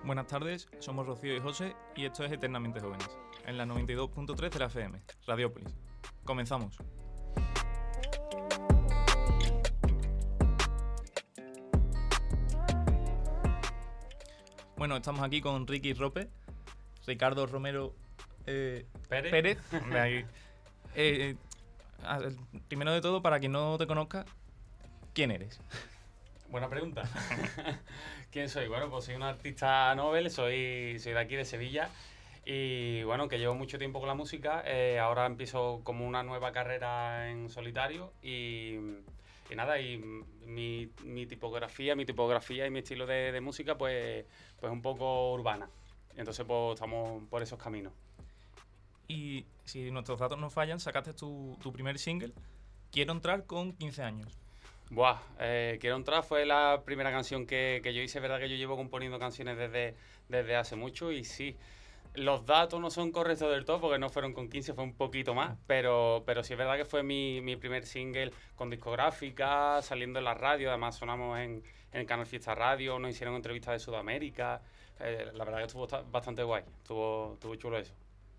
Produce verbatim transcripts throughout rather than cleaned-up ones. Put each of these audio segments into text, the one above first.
Buenas tardes, somos Rocío y José y esto es Eternamente Jóvenes, en la noventa y dos punto tres de la F M, Radiópolis. Comenzamos. Bueno, estamos aquí con Ricky Rope, Ricardo Romero eh, Pérez. Pérez. De ahí. Eh, eh, primero de todo, para quien no te conozca, ¿quién eres? Buena pregunta. ¿Quién soy? Bueno, pues soy un artista novel, soy, soy de aquí, de Sevilla. Y bueno, que llevo mucho tiempo con la música. Eh, ahora empiezo como una nueva carrera en solitario. Y, y nada, y mi, mi tipografía, mi tipografía y mi estilo de, de música, pues, pues un poco urbana. Entonces, pues estamos por esos caminos. Y si nuestros datos no fallan, sacaste tu, tu primer single, Quiero entrar, con quince años. Buah, eh, Quiero entrar fue la primera canción que, que yo hice. Es verdad que yo llevo componiendo canciones desde, desde hace mucho y sí, los datos no son correctos del todo porque no fueron con quince, fue un poquito más, pero, pero sí es verdad que fue mi, mi primer single con discográfica, saliendo en la radio. Además sonamos en, en el canal Fiesta Radio, nos hicieron entrevistas de Sudamérica. Eh, la verdad que estuvo bastante guay, estuvo, estuvo chulo eso.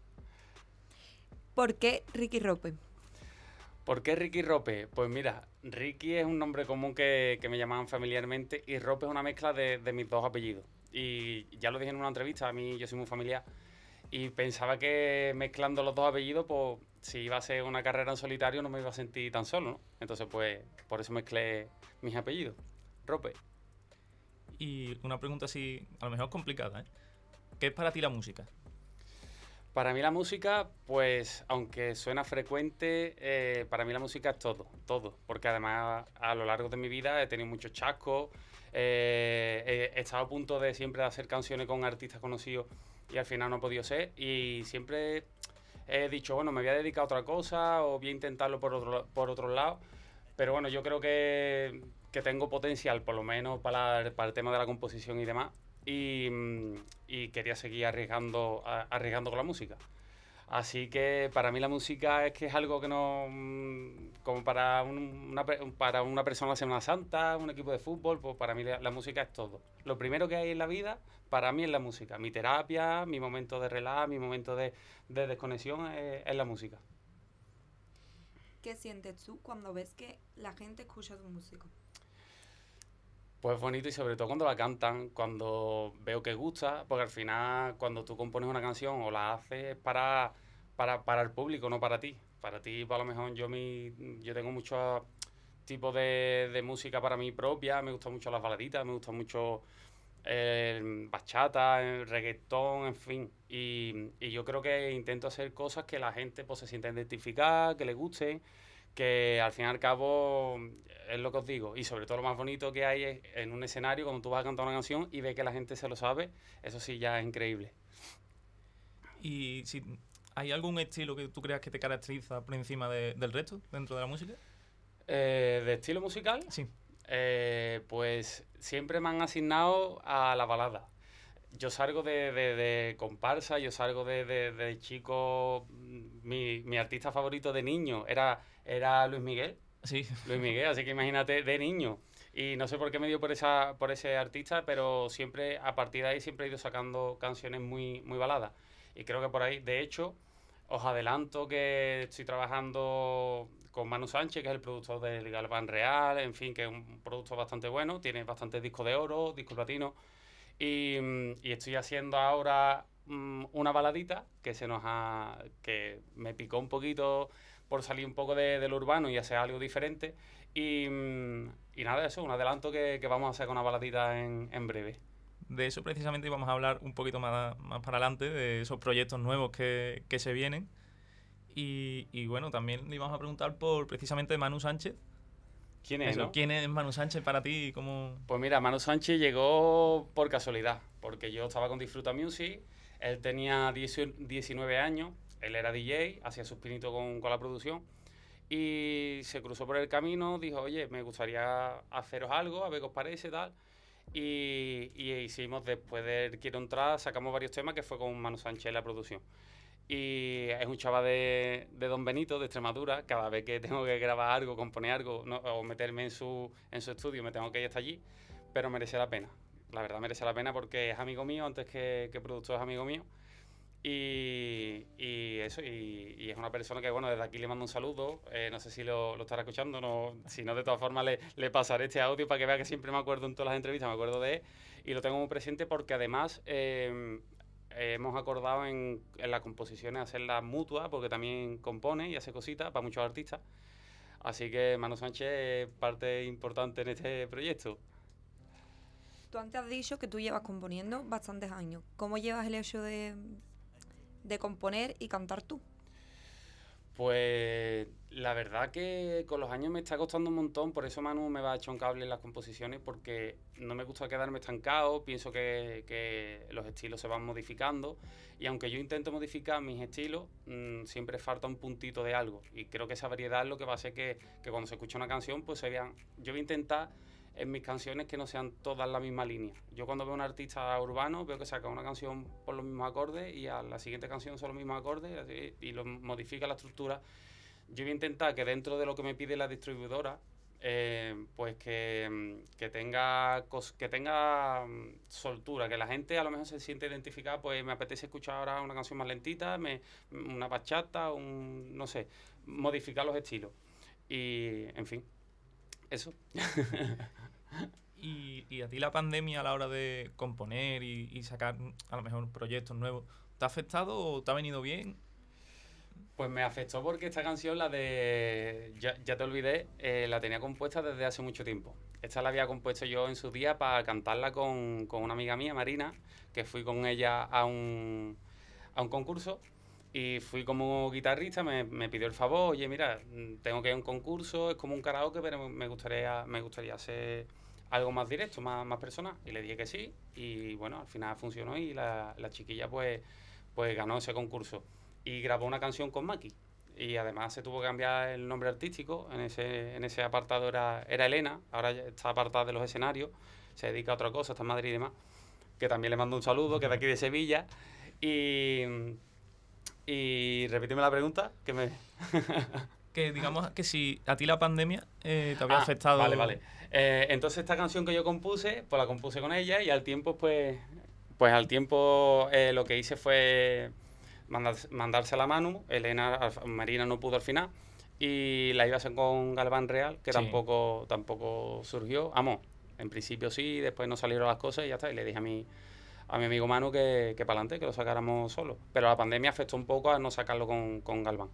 ¿Por qué Ricky Rope? ¿Por qué Ricky Rope? Pues mira, Ricky es un nombre común que, que me llamaban familiarmente y Rope es una mezcla de, de mis dos apellidos. Y ya lo dije en una entrevista, a mí yo soy muy familiar y pensaba que mezclando los dos apellidos, pues si iba a ser una carrera en solitario no me iba a sentir tan solo, ¿no? Entonces pues por eso mezclé mis apellidos, Rope. Y una pregunta así, a lo mejor complicada, ¿eh? ¿Qué es para ti la música? Para mí la música, pues, aunque suena frecuente, eh, para mí la música es todo, todo. Porque además, a lo largo de mi vida he tenido muchos chascos, eh, he, he estado a punto de siempre hacer canciones con artistas conocidos y al final no he podido ser. Y siempre he dicho, bueno, me voy a dedicar a otra cosa o voy a intentarlo por otro, por otro lado. Pero bueno, yo creo que, que tengo potencial, por lo menos para, para el tema de la composición y demás. Y, y quería seguir arriesgando, arriesgando con la música. Así que para mí la música es que es algo que no... Como para, un, una, para una persona de Semana Santa, un equipo de fútbol, pues para mí la, la música es todo. Lo primero que hay en la vida, para mí es la música. Mi terapia, mi momento de relax, mi momento de, de desconexión es, es la música. ¿Qué sientes tú cuando ves que la gente escucha tu música? Pues bonito, y sobre todo cuando la cantan, cuando veo que gusta, porque al final cuando tú compones una canción o la haces para, para, para el público, no para ti. Para ti, pues a lo mejor yo mi, yo tengo muchos tipos de, de música para mí propia, me gustan mucho las baladitas, me gusta mucho el bachata, el reggaetón, en fin. Y, y yo creo que intento hacer cosas que la gente pues se sienta identificada, que le gusten, que al fin y al cabo es lo que os digo. Y sobre todo lo más bonito que hay es en un escenario cuando tú vas a cantar una canción y ves que la gente se lo sabe, eso sí ya es increíble. Y si hay algún estilo que tú creas que te caracteriza por encima de, del resto dentro de la música. Eh, ¿De estilo musical? Sí. Eh, pues siempre me han asignado a la balada. Yo salgo de, de, de comparsa, yo salgo de, de, de chico. Mi, mi artista favorito de niño era, era Luis Miguel. Sí. Luis Miguel, así que imagínate, de niño. Y no sé por qué me dio por esa por ese artista, pero siempre, a partir de ahí, siempre he ido sacando canciones muy, muy baladas. Y creo que por ahí, de hecho, os adelanto que estoy trabajando con Manu Sánchez, que es el productor del Galván Real, en fin, que es un producto bastante bueno, tiene bastantes discos de oro, discos platinos. Y, y estoy haciendo ahora um, una baladita que se nos ha que me picó un poquito por salir un poco de, del urbano y hacer algo diferente. Y, y nada, eso, un adelanto que, que vamos a hacer con una baladita en, en breve. De eso precisamente íbamos a hablar un poquito más, más para adelante, de esos proyectos nuevos que, que se vienen. Y, y bueno, también le íbamos a preguntar por precisamente Manu Sánchez. ¿Quién es, Eso, no? ¿Quién es Manu Sánchez para ti? ¿Cómo? Pues mira, Manu Sánchez llegó por casualidad, porque yo estaba con Disfruta Music, él tenía diecinueve años, él era D J, hacía sus pinitos con, con la producción, y se cruzó por el camino, dijo, oye, me gustaría haceros algo, a ver qué os parece, tal. Y, y hicimos, después de Quiero entrar, sacamos varios temas que fue con Manu Sánchez en la producción. Y es un chaval de, de Don Benito, de Extremadura. Cada vez que tengo que grabar algo, componer algo, no, o meterme en su, en su estudio, me tengo que ir hasta allí, pero merece la pena. la verdad merece la pena porque es amigo mío, antes que, que productor es amigo mío. Y, y eso, y, y es una persona que, bueno, desde aquí le mando un saludo. Eh, no sé si lo, lo estará escuchando, no, si no, de todas formas le, le pasaré este audio para que vea que siempre me acuerdo en todas las entrevistas, me acuerdo de él. Y lo tengo muy presente porque además eh, eh, hemos acordado en, en las composiciones hacerlas mutuas, porque también compone y hace cositas para muchos artistas. Así que Manu Sánchez es parte importante en este proyecto. Tú antes has dicho que tú llevas componiendo bastantes años. ¿Cómo llevas el hecho de, de componer y cantar tú? Pues la verdad que con los años me está costando un montón, por eso Manu me va a echar un cable en las composiciones, porque no me gusta quedarme estancado, pienso que, que los estilos se van modificando, y aunque yo intento modificar mis estilos, mmm, siempre falta un puntito de algo, y creo que esa variedad es lo que va a hacer que, que cuando se escucha una canción, pues se vean. Yo voy a intentar en mis canciones que no sean todas la misma línea. Yo cuando veo a un artista urbano veo que saca una canción por los mismos acordes y a la siguiente canción son los mismos acordes así, y lo modifica la estructura. Yo voy a intentar que dentro de lo que me pide la distribuidora, eh, pues que, que tenga que tenga soltura, que la gente a lo mejor se siente identificada, pues me apetece escuchar ahora una canción más lentita, me, una bachata, un, no sé, modificar los estilos. Y, en fin, eso. Y, y a ti la pandemia a la hora de componer y, y sacar a lo mejor proyectos nuevos, ¿te ha afectado o te ha venido bien? Pues me afectó porque esta canción, la de Ya, ya te olvidé, eh, la tenía compuesta desde hace mucho tiempo. Esta la había compuesto yo en su día para cantarla con, con una amiga mía, Marina, que fui con ella a un, a un concurso y fui como guitarrista, me, me pidió el favor, oye, mira, tengo que ir a un concurso, es como un karaoke, pero me gustaría, me gustaría hacer algo más directo, más, más personal. Y le dije que sí, y bueno, al final funcionó y la, la chiquilla pues, pues ganó ese concurso. Y grabó una canción con Maki. Y además se tuvo que cambiar el nombre artístico. En ese, en ese apartado era, era Elena, ahora ya está apartada de los escenarios, se dedica a otra cosa, está en Madrid y demás. Que también le mando un saludo, que es de aquí de Sevilla. Y, y repíteme la pregunta, que me... Que digamos que si a ti la pandemia eh, te había ah, afectado... Vale, vale. Eh, entonces esta canción que yo compuse, pues la compuse con ella y al tiempo, pues, pues al tiempo eh, lo que hice fue mandar, mandársela a Manu. Elena, Marina no pudo al final y la iba a hacer con Galván Real, que Sí. tampoco, tampoco surgió. Vamos, en principio sí, después no salieron las cosas y ya está. Y le dije a mi, a mi amigo Manu que, que para adelante, que lo sacáramos solo. Pero la pandemia afectó un poco a no sacarlo con, con Galván.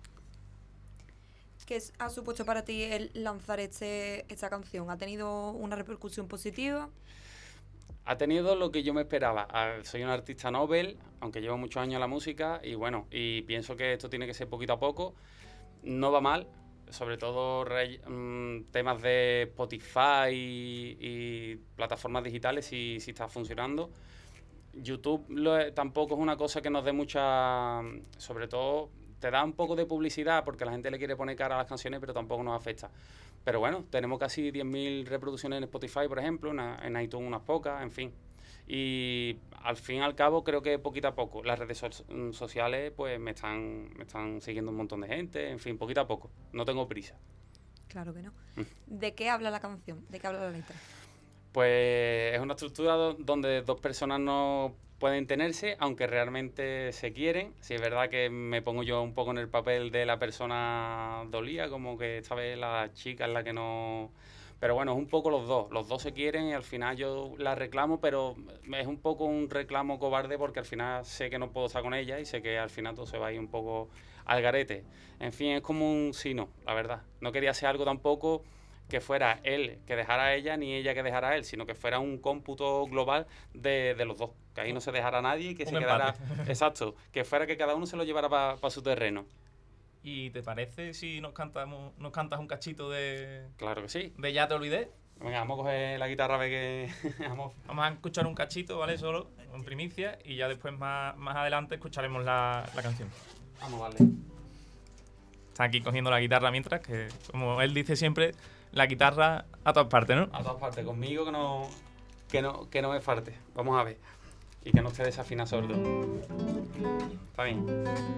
¿Qué ha supuesto para ti el lanzar este, esta canción? ¿Ha tenido una repercusión positiva? Ha tenido lo que yo me esperaba. Soy un artista Nobel, aunque llevo muchos años en la música, y bueno, y pienso que esto tiene que ser poquito a poco. No va mal, sobre todo re, mmm, temas de Spotify y, y plataformas digitales sí, sí está funcionando. YouTube lo, tampoco es una cosa que nos dé mucha... Sobre todo te da un poco de publicidad porque la gente le quiere poner cara a las canciones, pero tampoco nos afecta. Pero bueno, tenemos casi diez mil reproducciones en Spotify, por ejemplo, en, en iTunes unas pocas, en fin. Y al fin y al cabo creo que poquito a poco. Las redes so sociales pues me están, me están siguiendo un montón de gente, en fin, poquito a poco. No tengo prisa. Claro que no. ¿De qué habla la canción? ¿De qué habla la letra? Pues es una estructura do donde dos personas no pueden tenerse, aunque realmente se quieren. Si es verdad que me pongo yo un poco en el papel de la persona dolida, como que esta vez la chica es la que no... Pero bueno, es un poco los dos. Los dos se quieren y al final yo la reclamo, pero es un poco un reclamo cobarde porque al final sé que no puedo estar con ella y sé que al final todo se va a ir un poco al garete. En fin, es como un sí, no, la verdad. No quería hacer algo tampoco que fuera él que dejara a ella ni ella que dejara a él, sino que fuera un cómputo global de, de los dos. Que ahí no se dejara a nadie y que un se empate. quedara... Exacto, que fuera que cada uno se lo llevara para pa su terreno. ¿Y te parece si nos cantamos, nos cantas un cachito de, Claro que sí. de Ya te olvidé? Venga, vamos a coger la guitarra a ver que... vamos. Vamos a escuchar un cachito, ¿vale? Solo, en primicia, y ya después más, más adelante escucharemos la, la canción. Vamos, vale. Está aquí cogiendo la guitarra mientras, que como él dice siempre, la guitarra a todas partes, ¿no? A todas partes, conmigo que no, que no, que no me falte. Vamos a ver. Y que no esté desafinado sobre todo. Está bien.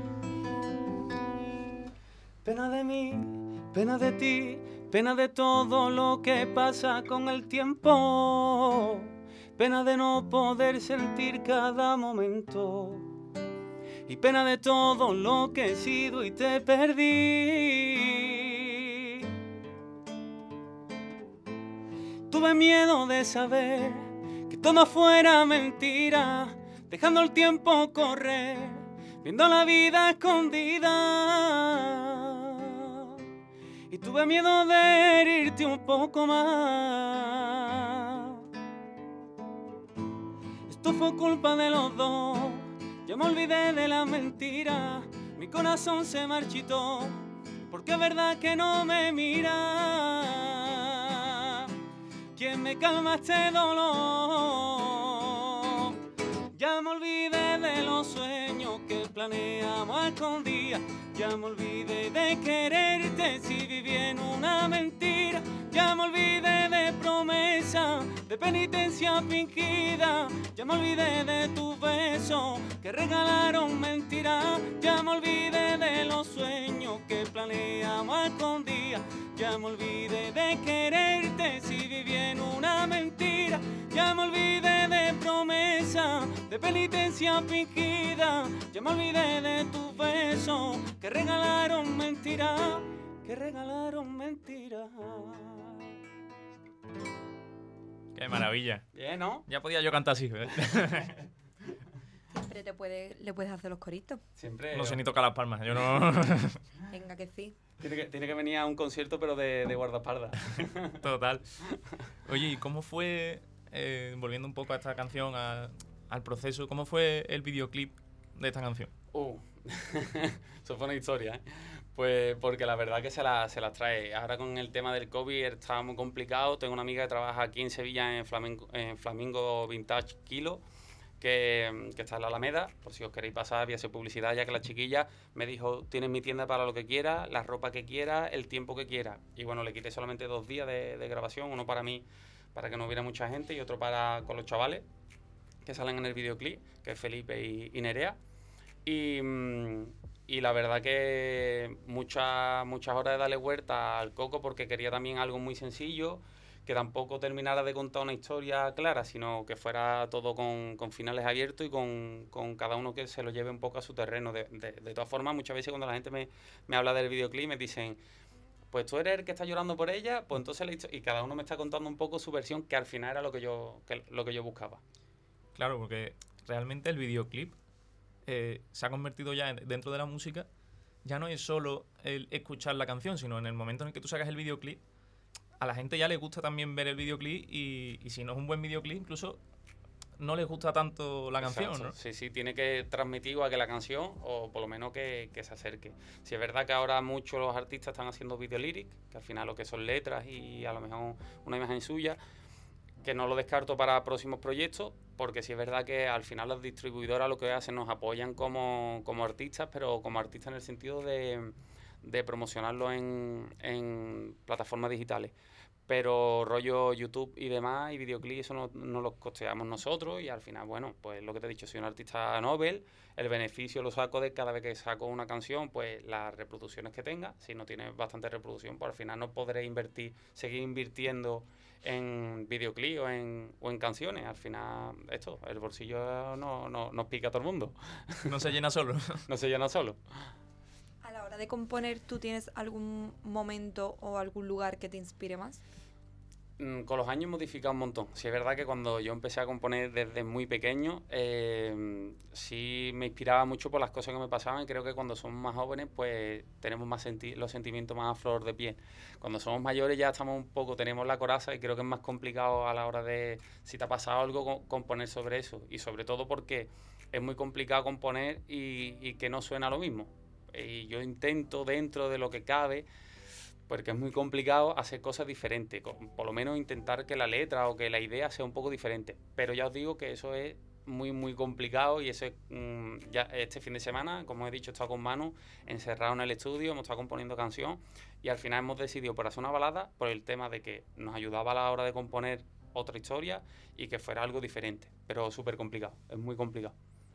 Pena de mí, pena de ti, pena de todo lo que pasa con el tiempo. pena de no poder sentir cada momento, y pena de todo lo que he sido y te perdí. Tuve miedo de saber que todo fuera mentira, dejando el tiempo correr, viendo la vida escondida. Y tuve miedo de herirte un poco más. Esto fue culpa de los dos, ya me olvidé de la mentira. Mi corazón se marchitó, porque es verdad que no me mira. ¿Quién me calma este dolor? Ya me olvidé de los sueños que planeamos a escondidas. Ya me olvidé de quererte si viví en una mentira. Ya me olvidé de promesa, de penitencia fingida. Ya me olvidé de tus besos que regalaron mentiras. Ya me olvidé de los sueños que planeamos a escondidas. Ya me olvidé de quererte si viví en una mentira. Ya me olvidé de promesa, de penitencia fingida. Ya me olvidé de tus besos que regalaron mentiras, que regalaron mentiras. ¡Qué maravilla! Bien, ¿no? Ya podía yo cantar así, ¿eh? Siempre te puede, le puedes hacer los coritos. Siempre. No sé ni tocar las palmas, yo no... Venga, que sí. Tiene que, tiene que venir a un concierto, pero de, de guardaespaldas. Total. Oye, ¿y cómo fue, eh, volviendo un poco a esta canción, a, al proceso, cómo fue el videoclip de esta canción? Uh, eso fue una historia, ¿eh? Pues porque la verdad que se, la, se las trae. Ahora con el tema del COVID está muy complicado. Tengo una amiga que trabaja aquí en Sevilla en Flamingo, en Flamingo Vintage Kilo, que, que está en la Alameda. Por si os queréis pasar, voy a hacer publicidad, ya que la chiquilla me dijo, tienes mi tienda para lo que quieras, la ropa que quieras, el tiempo que quieras. Y bueno, le quité solamente dos días de, de grabación, uno para mí, para que no hubiera mucha gente, y otro para con los chavales que salen en el videoclip, que es Felipe y, y Nerea. Y, y la verdad que muchas muchas horas de darle vuelta al coco, porque quería también algo muy sencillo, que tampoco terminara de contar una historia clara, sino que fuera todo con, con finales abiertos y con, con cada uno que se lo lleve un poco a su terreno. De, de, de todas formas, muchas veces cuando la gente me, me habla del videoclip me dicen, pues tú eres el que está llorando por ella, pues entonces la histo-". Y cada uno me está contando un poco su versión, que al final era lo que yo, que, lo que yo buscaba. Claro, porque realmente el videoclip eh, se ha convertido ya en, dentro de la música, ya no es solo el escuchar la canción, sino en el momento en el que tú sacas el videoclip, a la gente ya le gusta también ver el videoclip y, y si no es un buen videoclip, incluso no les gusta tanto la canción, Exacto. ¿no? Sí, sí, tiene que transmitir igual que la canción, o por lo menos que, que se acerque. Si es verdad que ahora muchos los artistas están haciendo video lyric, que al final lo que son letras y a lo mejor una imagen suya, que no lo descarto para próximos proyectos, porque sí es verdad que al final las distribuidoras lo que hacen nos apoyan como, como artistas, pero como artistas en el sentido de, de promocionarlo en, en plataformas digitales. Pero rollo YouTube y demás, y videoclip, eso no, no lo costeamos nosotros, y al final, bueno, pues lo que te he dicho, soy un artista Nobel, el beneficio lo saco de cada vez que saco una canción, pues las reproducciones que tenga. Si no tiene bastante reproducción, pues al final no podré invertir, seguir invirtiendo en videoclip o en, o en canciones. Al final, esto, el bolsillo no, no, nos pica a todo el mundo. No se llena solo. No se llena solo. A la hora de componer, ¿tú tienes algún momento o algún lugar que te inspire más? Mm, con los años he modificado un montón. Sí es verdad que cuando yo empecé a componer desde muy pequeño, eh, sí me inspiraba mucho por las cosas que me pasaban, y creo que cuando somos más jóvenes pues tenemos más senti- los sentimientos más a flor de piel. Cuando somos mayores ya estamos un poco, tenemos la coraza, y creo que es más complicado a la hora de, si te ha pasado algo, co- componer sobre eso. Y sobre todo porque es muy complicado componer y, y que no suena lo mismo. Y yo intento, dentro de lo que cabe, porque es muy complicado, hacer cosas diferentes, por lo menos intentar que la letra o que la idea sea un poco diferente. Pero ya os digo que eso es muy, muy complicado, y eso es, mmm, ya este fin de semana, como he dicho, he estado con Manu encerrado en el estudio, hemos estado componiendo canción, y al final hemos decidido por hacer una balada, por el tema de que nos ayudaba a la hora de componer otra historia y que fuera algo diferente, pero súper complicado, es muy complicado.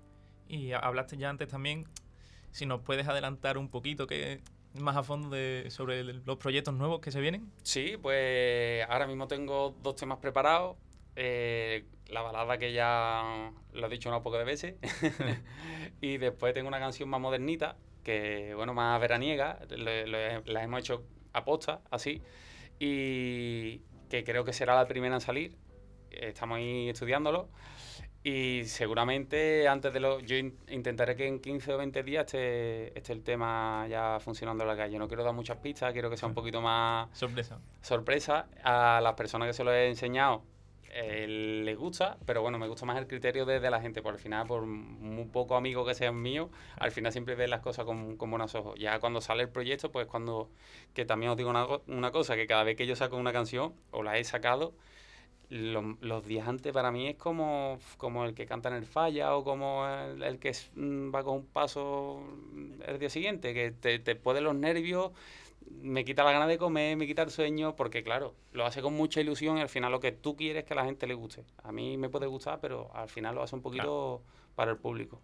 Y hablaste ya antes también, si nos puedes adelantar un poquito que más a fondo de, sobre el, los proyectos nuevos que se vienen. Sí, pues ahora mismo tengo dos temas preparados. eh, la balada que ya lo he dicho unas pocas de veces. Y después tengo una canción más modernita, que bueno, más veraniega, lo- lo- la hemos hecho aposta, así, y que creo que será la primera en salir. Estamos ahí estudiándolo. Y seguramente antes de lo... Yo in- intentaré que en quince o veinte días esté, esté el tema ya funcionando en la calle. No quiero dar muchas pistas, quiero que sea un poquito más Sorpresa. sorpresa. A las personas que se lo he enseñado eh, les gusta, pero bueno, me gusta más el criterio de, de la gente. Por al final, por muy poco amigo que sean míos, al final siempre ves las cosas con, con buenos ojos. Ya cuando sale el proyecto, pues cuando... Que también os digo una, go- una cosa, que cada vez que yo saco una canción, o la he sacado, lo- los días antes para mí es como, como el que canta en el falla o como el, el que es, mm, va con un paso mm, el día siguiente, que te, te puede los nervios, me quita la gana de comer, me quita el sueño, porque claro, lo hace con mucha ilusión y al final lo que tú quieres es que a la gente le guste. A mí me puede gustar, pero al final lo hace un poquito para el público.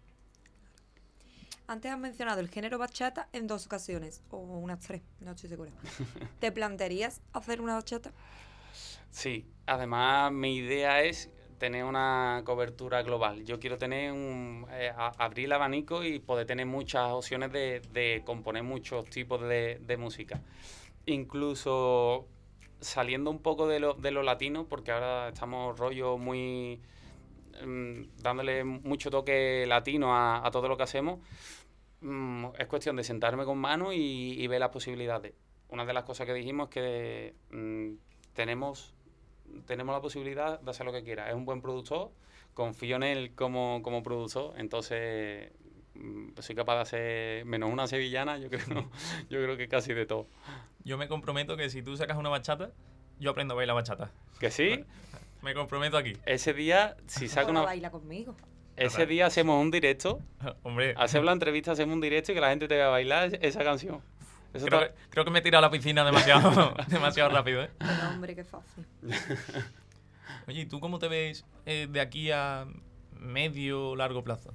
Antes has mencionado el género bachata en dos ocasiones, o unas tres, no estoy segura. ¿Te plantearías hacer una bachata? Sí, además mi idea es tener una cobertura global. Yo quiero tener un, eh, a- abrir el abanico y poder tener muchas opciones de, de componer muchos tipos de, de música. Incluso saliendo un poco de lo, de lo latino, porque ahora estamos rollo muy mm, dándole mucho toque latino a, a todo lo que hacemos. Mm, es cuestión de sentarme con mano y, y ver las posibilidades. Una de las cosas que dijimos es que mm, tenemos tenemos la posibilidad de hacer lo que quiera. Es un buen productor, confío en él como, como productor, entonces mm, soy capaz de hacer menos una sevillana, yo creo, yo creo que casi de todo. Yo me comprometo que si tú sacas una bachata, yo aprendo a bailar bachata. ¿Que sí? Me comprometo aquí. Ese día, si saco Ahora una... baila conmigo. Ese día hacemos un directo, Hombre, hacemos la entrevista, hacemos un directo y que la gente te vea bailar esa canción. Eso creo, está- que, creo que me he tirado a la piscina demasiado, demasiado rápido, ¿eh? Pero hombre, qué fácil. Oye, ¿y tú cómo te ves eh, de aquí a medio o largo plazo?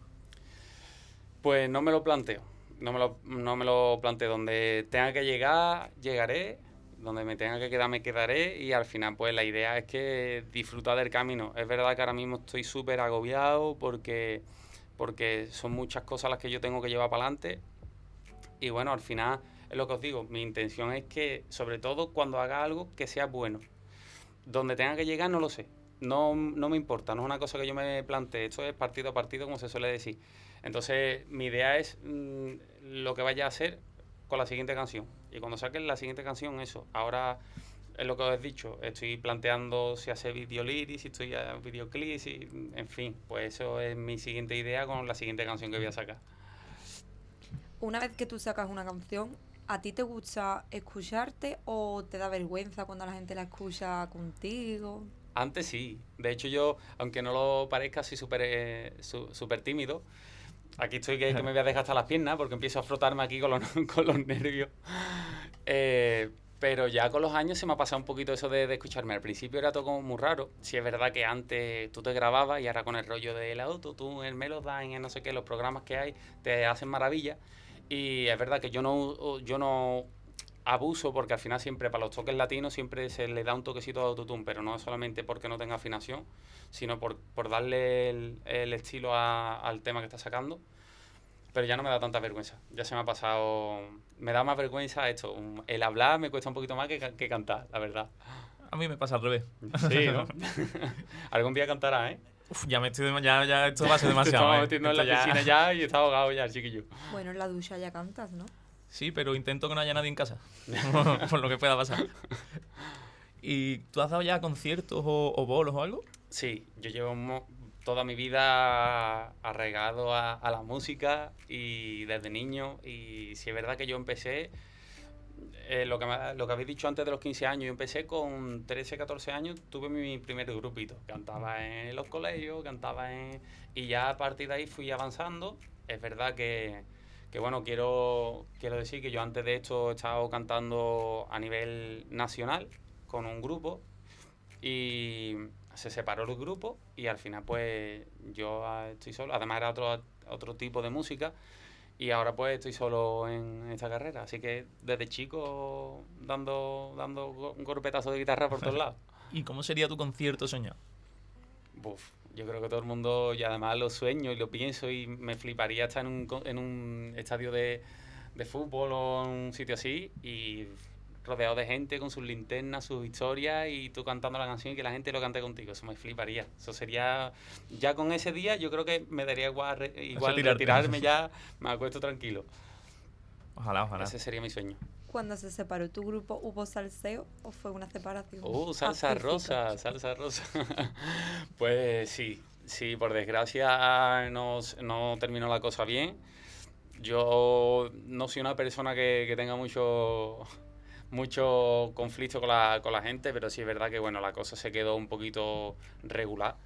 Pues no me lo planteo. No me lo, no me lo planteo. Donde tenga que llegar, llegaré. Donde me tenga que quedar, me quedaré. Y al final, pues la idea es que disfrutar del camino. Es verdad que ahora mismo estoy súper agobiado porque, porque son muchas cosas las que yo tengo que llevar para adelante. Y bueno, al final, es lo que os digo. Mi intención es que, sobre todo cuando haga algo, que sea bueno. Donde tenga que llegar, no lo sé. No, no me importa, no es una cosa que yo me plantee. Esto es partido a partido, como se suele decir. Entonces, mi idea es mm, lo que vaya a hacer con la siguiente canción. Y cuando saquen la siguiente canción, eso. Ahora, es lo que os he dicho, estoy planteando si hacer videolírics, si estoy a videoclips, si, en fin. Pues eso es mi siguiente idea con la siguiente canción que voy a sacar. Una vez que tú sacas una canción, ¿a ti te gusta escucharte o te da vergüenza cuando la gente la escucha contigo? Antes sí. De hecho, yo, aunque no lo parezca, soy súper eh, su- súper tímido. Aquí estoy que, que me voy a dejar hasta las piernas porque empiezo a frotarme aquí con los, con los nervios. Eh, pero ya con los años se me ha pasado un poquito eso de, de escucharme. Al principio era todo como muy raro. Sí es verdad que antes tú te grababas y ahora con el rollo del auto, tú el Melodyne, el no sé qué, los programas que hay te hacen maravilla. Y es verdad que yo no, yo no abuso porque al final siempre para los toques latinos siempre se le da un toquecito de autotune, pero no solamente porque no tenga afinación, sino por, por darle el, el estilo a- al tema que está sacando. Pero ya no me da tanta vergüenza, ya se me ha pasado, me da más vergüenza esto, un- el hablar me cuesta un poquito más que, ca- que cantar, la verdad. A mí me pasa al revés. Sí, ¿no? Algún día cantará, ¿eh? Uf, ya me estoy... dem- Ya, ya esto va a ser Te demasiado, estamos ¿eh? metiendo en Esto la ya- piscina ya y está ahogado ya el chiquillo. Bueno, en la ducha ya cantas, ¿no? Sí, pero intento que no haya nadie en casa. Por lo que pueda pasar. ¿Y tú has dado ya conciertos o, o bolos o algo? Sí, yo llevo mo- toda mi vida arraigado a, a la música y desde niño. Y si es verdad que yo empecé, eh, lo, que me- lo que habéis dicho antes de los quince años, yo empecé con trece, catorce años, tuve mi primer grupito. Cantaba en los colegios, cantaba en... Y ya a partir de ahí fui avanzando. Es verdad que, que bueno, quiero, quiero decir que yo antes de esto he estado cantando a nivel nacional con un grupo. Y se separó el grupo y al final pues yo ah, estoy solo. Además era otro, otro tipo de música y ahora pues estoy solo en esta carrera. Así que desde chico dando, dando go- un golpetazo de guitarra por todos lados. ¿Y cómo sería tu concierto soñado? Buf, yo creo que todo el mundo, y además lo sueño y lo pienso y me fliparía estar en un, co- en un estadio de, de fútbol o en un sitio así y rodeado de gente con sus linternas, sus historias y tú cantando la canción y que la gente lo cante contigo. Eso me fliparía. Eso sería, ya con ese día yo creo que me daría igual, re- igual tirarte. retirarme ya, me acuesto tranquilo. Ojalá, ojalá. Ese sería mi sueño. Cuando se separó tu grupo, ¿hubo salseo o fue una separación? Uh, salsa pacífica? rosa, salsa rosa. Pues sí, sí, por desgracia no, s- no terminó la cosa bien. Yo no soy una persona que, que tenga mucho, mucho conflicto con la, con la gente, pero sí es verdad que bueno, la cosa se quedó un poquito regular.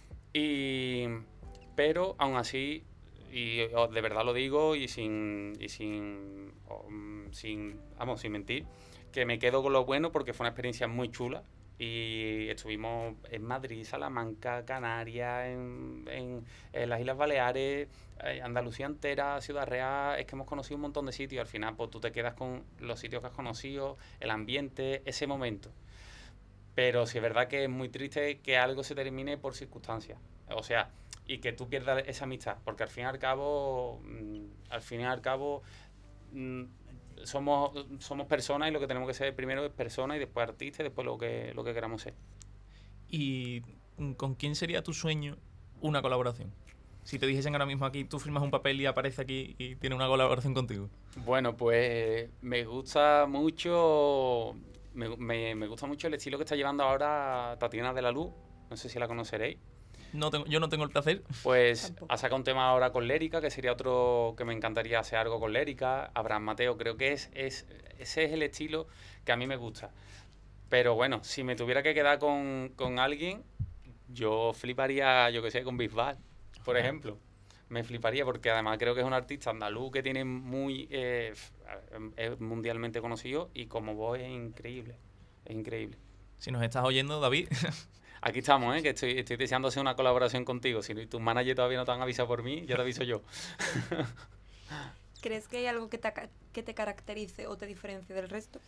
Y, pero aún así, y os- de verdad lo digo y sin, y sin, o, mm, sin, vamos, sin mentir, que me quedo con lo bueno porque fue una experiencia muy chula. Y estuvimos en Madrid, Salamanca, Canarias, en, en- en las Islas Baleares, eh, Andalucía entera, Ciudad Real. Es que hemos conocido un montón de sitios. Al final, pues tú te quedas con los sitios que has conocido, el ambiente, ese momento. Pero sí es verdad que es muy triste que algo se termine por circunstancias. O sea, y que tú pierdas esa amistad. Porque al fin y al cabo, mm, al fin y al cabo, mm, somos, somos personas y lo que tenemos que ser primero es persona y después artista y después lo que, lo que queramos ser. ¿Y mm, con quién sería tu sueño una colaboración? Si te dijesen ahora mismo aquí, tú firmas un papel y aparece aquí y tiene una colaboración contigo. Bueno, pues me gusta mucho, me, me- me gusta mucho el estilo que está llevando ahora Tatiana de la Luz. No sé si la conoceréis. No tengo, yo no tengo el placer. Pues Tampoco. ha sacado un tema ahora con Lérica, que sería otro que me encantaría hacer algo con Lérica. Abraham Mateo, creo que es, es ese es el estilo que a mí me gusta. Pero bueno, si me tuviera que quedar con, con alguien, yo fliparía, yo que sé, con Bisbal, por Joder. ejemplo. Me fliparía porque además creo que es un artista andaluz que tiene muy... eh, f- es mundialmente conocido y como voz es increíble. Es increíble. Si nos estás oyendo, David, Aquí estamos, ¿eh? Que estoy, estoy deseando hacer una colaboración contigo. Si tus managers todavía no te han avisado por mí, ya te aviso yo. ¿Crees que hay algo que te, ca- que te caracterice o te diferencie del resto?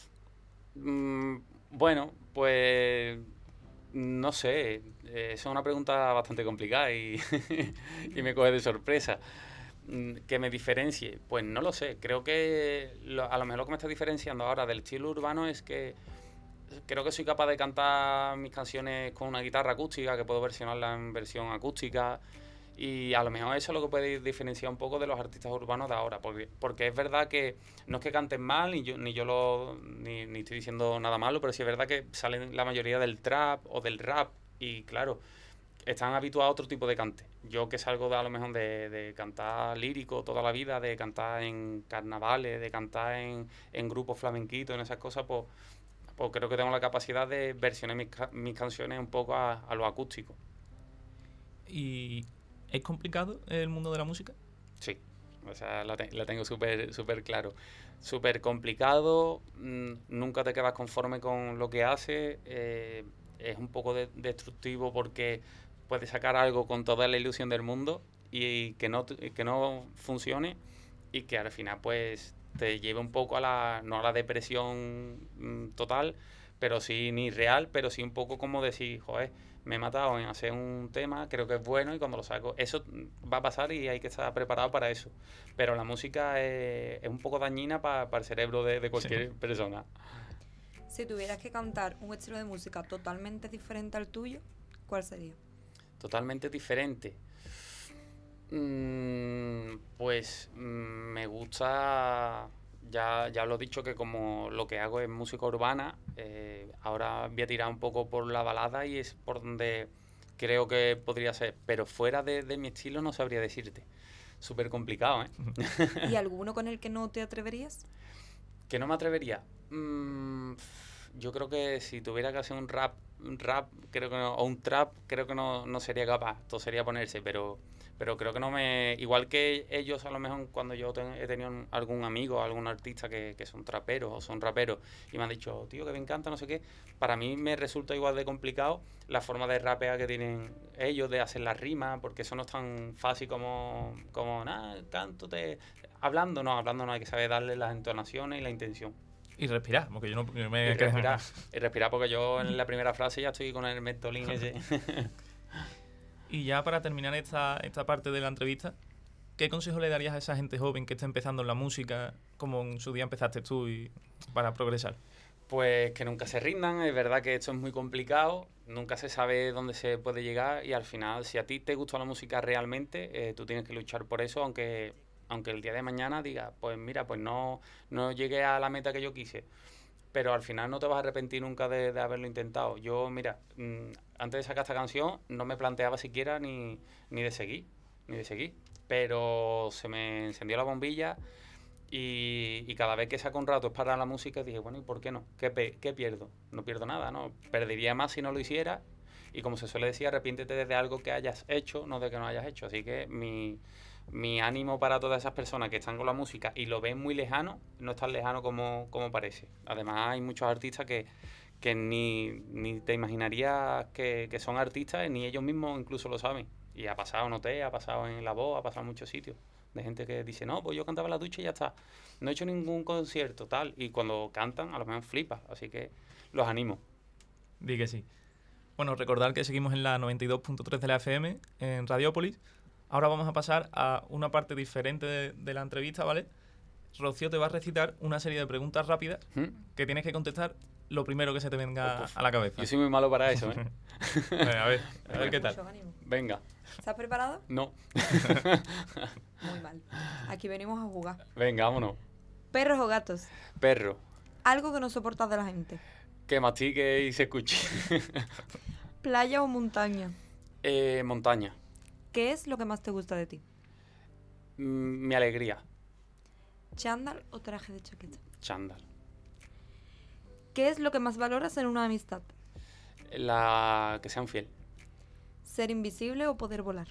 Mm, bueno, pues no sé, eh, es una pregunta bastante complicada y, y me coge de sorpresa. Mm, ¿Que me diferencie? Pues no lo sé, creo que lo- a lo mejor lo que me está diferenciando ahora del estilo urbano es que creo que soy capaz de cantar mis canciones con una guitarra acústica, que puedo versionarla en versión acústica. Y a lo mejor eso es lo que puede diferenciar un poco de los artistas urbanos de ahora, porque, porque es verdad que no es que canten mal, ni yo, ni yo lo, ni, ni estoy diciendo nada malo, pero sí es verdad que salen la mayoría del trap o del rap, y claro, están habituados a otro tipo de cante. Yo que salgo de, a lo mejor de, de cantar lírico toda la vida, de cantar en carnavales, de cantar en, en grupos flamenquitos, en esas cosas, pues, pues creo que tengo la capacidad de versionar mis, ca- mis canciones un poco a, a lo acústico. ¿y es complicado el mundo de la música? Sí, o sea, la, te- la tengo súper súper claro. Súper complicado, mm, nunca te quedas conforme con lo que haces, eh, es un poco de- destructivo porque puedes sacar algo con toda la ilusión del mundo y que no, t- que no funcione y que al final pues te lleve un poco a la, no a la depresión mm, total, pero sí ni real, pero sí un poco como decir, joder, me he matado en hacer un tema, creo que es bueno y cuando lo saco, eso va a pasar y hay que estar preparado para eso. Pero la música es, es un poco dañina para el cerebro de, de cualquier persona. Si tuvieras que cantar un estilo de música totalmente diferente al tuyo, ¿cuál sería? Totalmente diferente. Mm, pues mm, me gusta, ya, ya lo he dicho que como lo que hago es música urbana, eh, ahora voy a tirar un poco por la balada y es por donde creo que podría ser, pero fuera de, de mi estilo no sabría decirte. Súper complicado, ¿eh? ¿Y alguno con el que no te atreverías? ¿Que no me atrevería? Mm, yo creo que si tuviera que hacer un rap, un rap, creo que no, o un trap, creo que no, no sería capaz. Todo sería ponerse, pero, pero creo que no me. Igual que ellos, a lo mejor, cuando yo ten- he tenido un- algún amigo, algún artista que, que son traperos o son raperos y me han dicho, tío, que me encanta, no sé qué, para mí me resulta igual de complicado la forma de rapear que tienen ellos, de hacer las rimas, porque eso no es tan fácil como, como nada, canto, te. Hablando, no, hablando no, hay que saber darle las entonaciones y la intención. Y respirar, porque yo no yo me Y quedo- respirar, y respirar porque yo en la primera frase ya estoy con el mentolín ese. Y ya para terminar esta, esta parte de la entrevista, ¿qué consejo le darías a esa gente joven que está empezando en la música, como en su día empezaste tú, y para progresar? Pues que nunca se rindan, es verdad que esto es muy complicado, nunca se sabe dónde se puede llegar y al final, si a ti te gusta la música realmente, eh, tú tienes que luchar por eso, aunque, aunque el día de mañana digas, pues mira, pues no, no llegué a la meta que yo quise, pero al final no te vas a arrepentir nunca de, de haberlo intentado. Yo, mira, mmm, antes de sacar esta canción no me planteaba siquiera ni, ni de seguir, ni de seguir, pero se me encendió la bombilla. Y, y cada vez que saco un rato es para la música, dije, bueno, ¿y por qué no? ¿Qué, pe- qué pierdo? No pierdo nada, ¿no? Perdería más si no lo hiciera. Y como se suele decir, arrepiéntete de algo que hayas hecho, no de que no hayas hecho. Así que mi, mi ánimo para todas esas personas que están con la música y lo ven muy lejano, no es tan lejano como, como parece. Además, hay muchos artistas que, que ni, ni te imaginarías que, que son artistas, ni ellos mismos incluso lo saben. Y ha pasado en O T, ha pasado en La Voz, ha pasado en muchos sitios. De gente que dice, no, pues yo cantaba en la ducha y ya está. No he hecho ningún concierto, tal. Y cuando cantan, a lo mejor flipa. Así que los animo. Di que sí. Bueno, recordar que seguimos en la noventa y dos punto tres de la F M, en Radiópolis. Ahora vamos a pasar a una parte diferente de, de la entrevista, ¿vale? Rocío te va a recitar una serie de preguntas rápidas ¿Mm? que tienes que contestar lo primero que se te venga Uf, a la cabeza. Yo soy muy malo para eso, ¿eh? Venga, a ver, a ver qué tal. Mucho ánimo. Venga. ¿Estás preparado? No. Muy mal. Aquí venimos a jugar. Venga, vámonos. ¿Perros o gatos? Perro. Algo que no soportas de la gente. Que mastique y se escuche. ¿Playa o montaña? eh, montaña. ¿Qué es lo que más te gusta de ti? Mm, mi alegría. ¿Chándal o traje de chaqueta? Chándal. ¿Qué es lo que más valoras en una amistad? La... Que sean fiel. ¿Ser invisible o poder volar?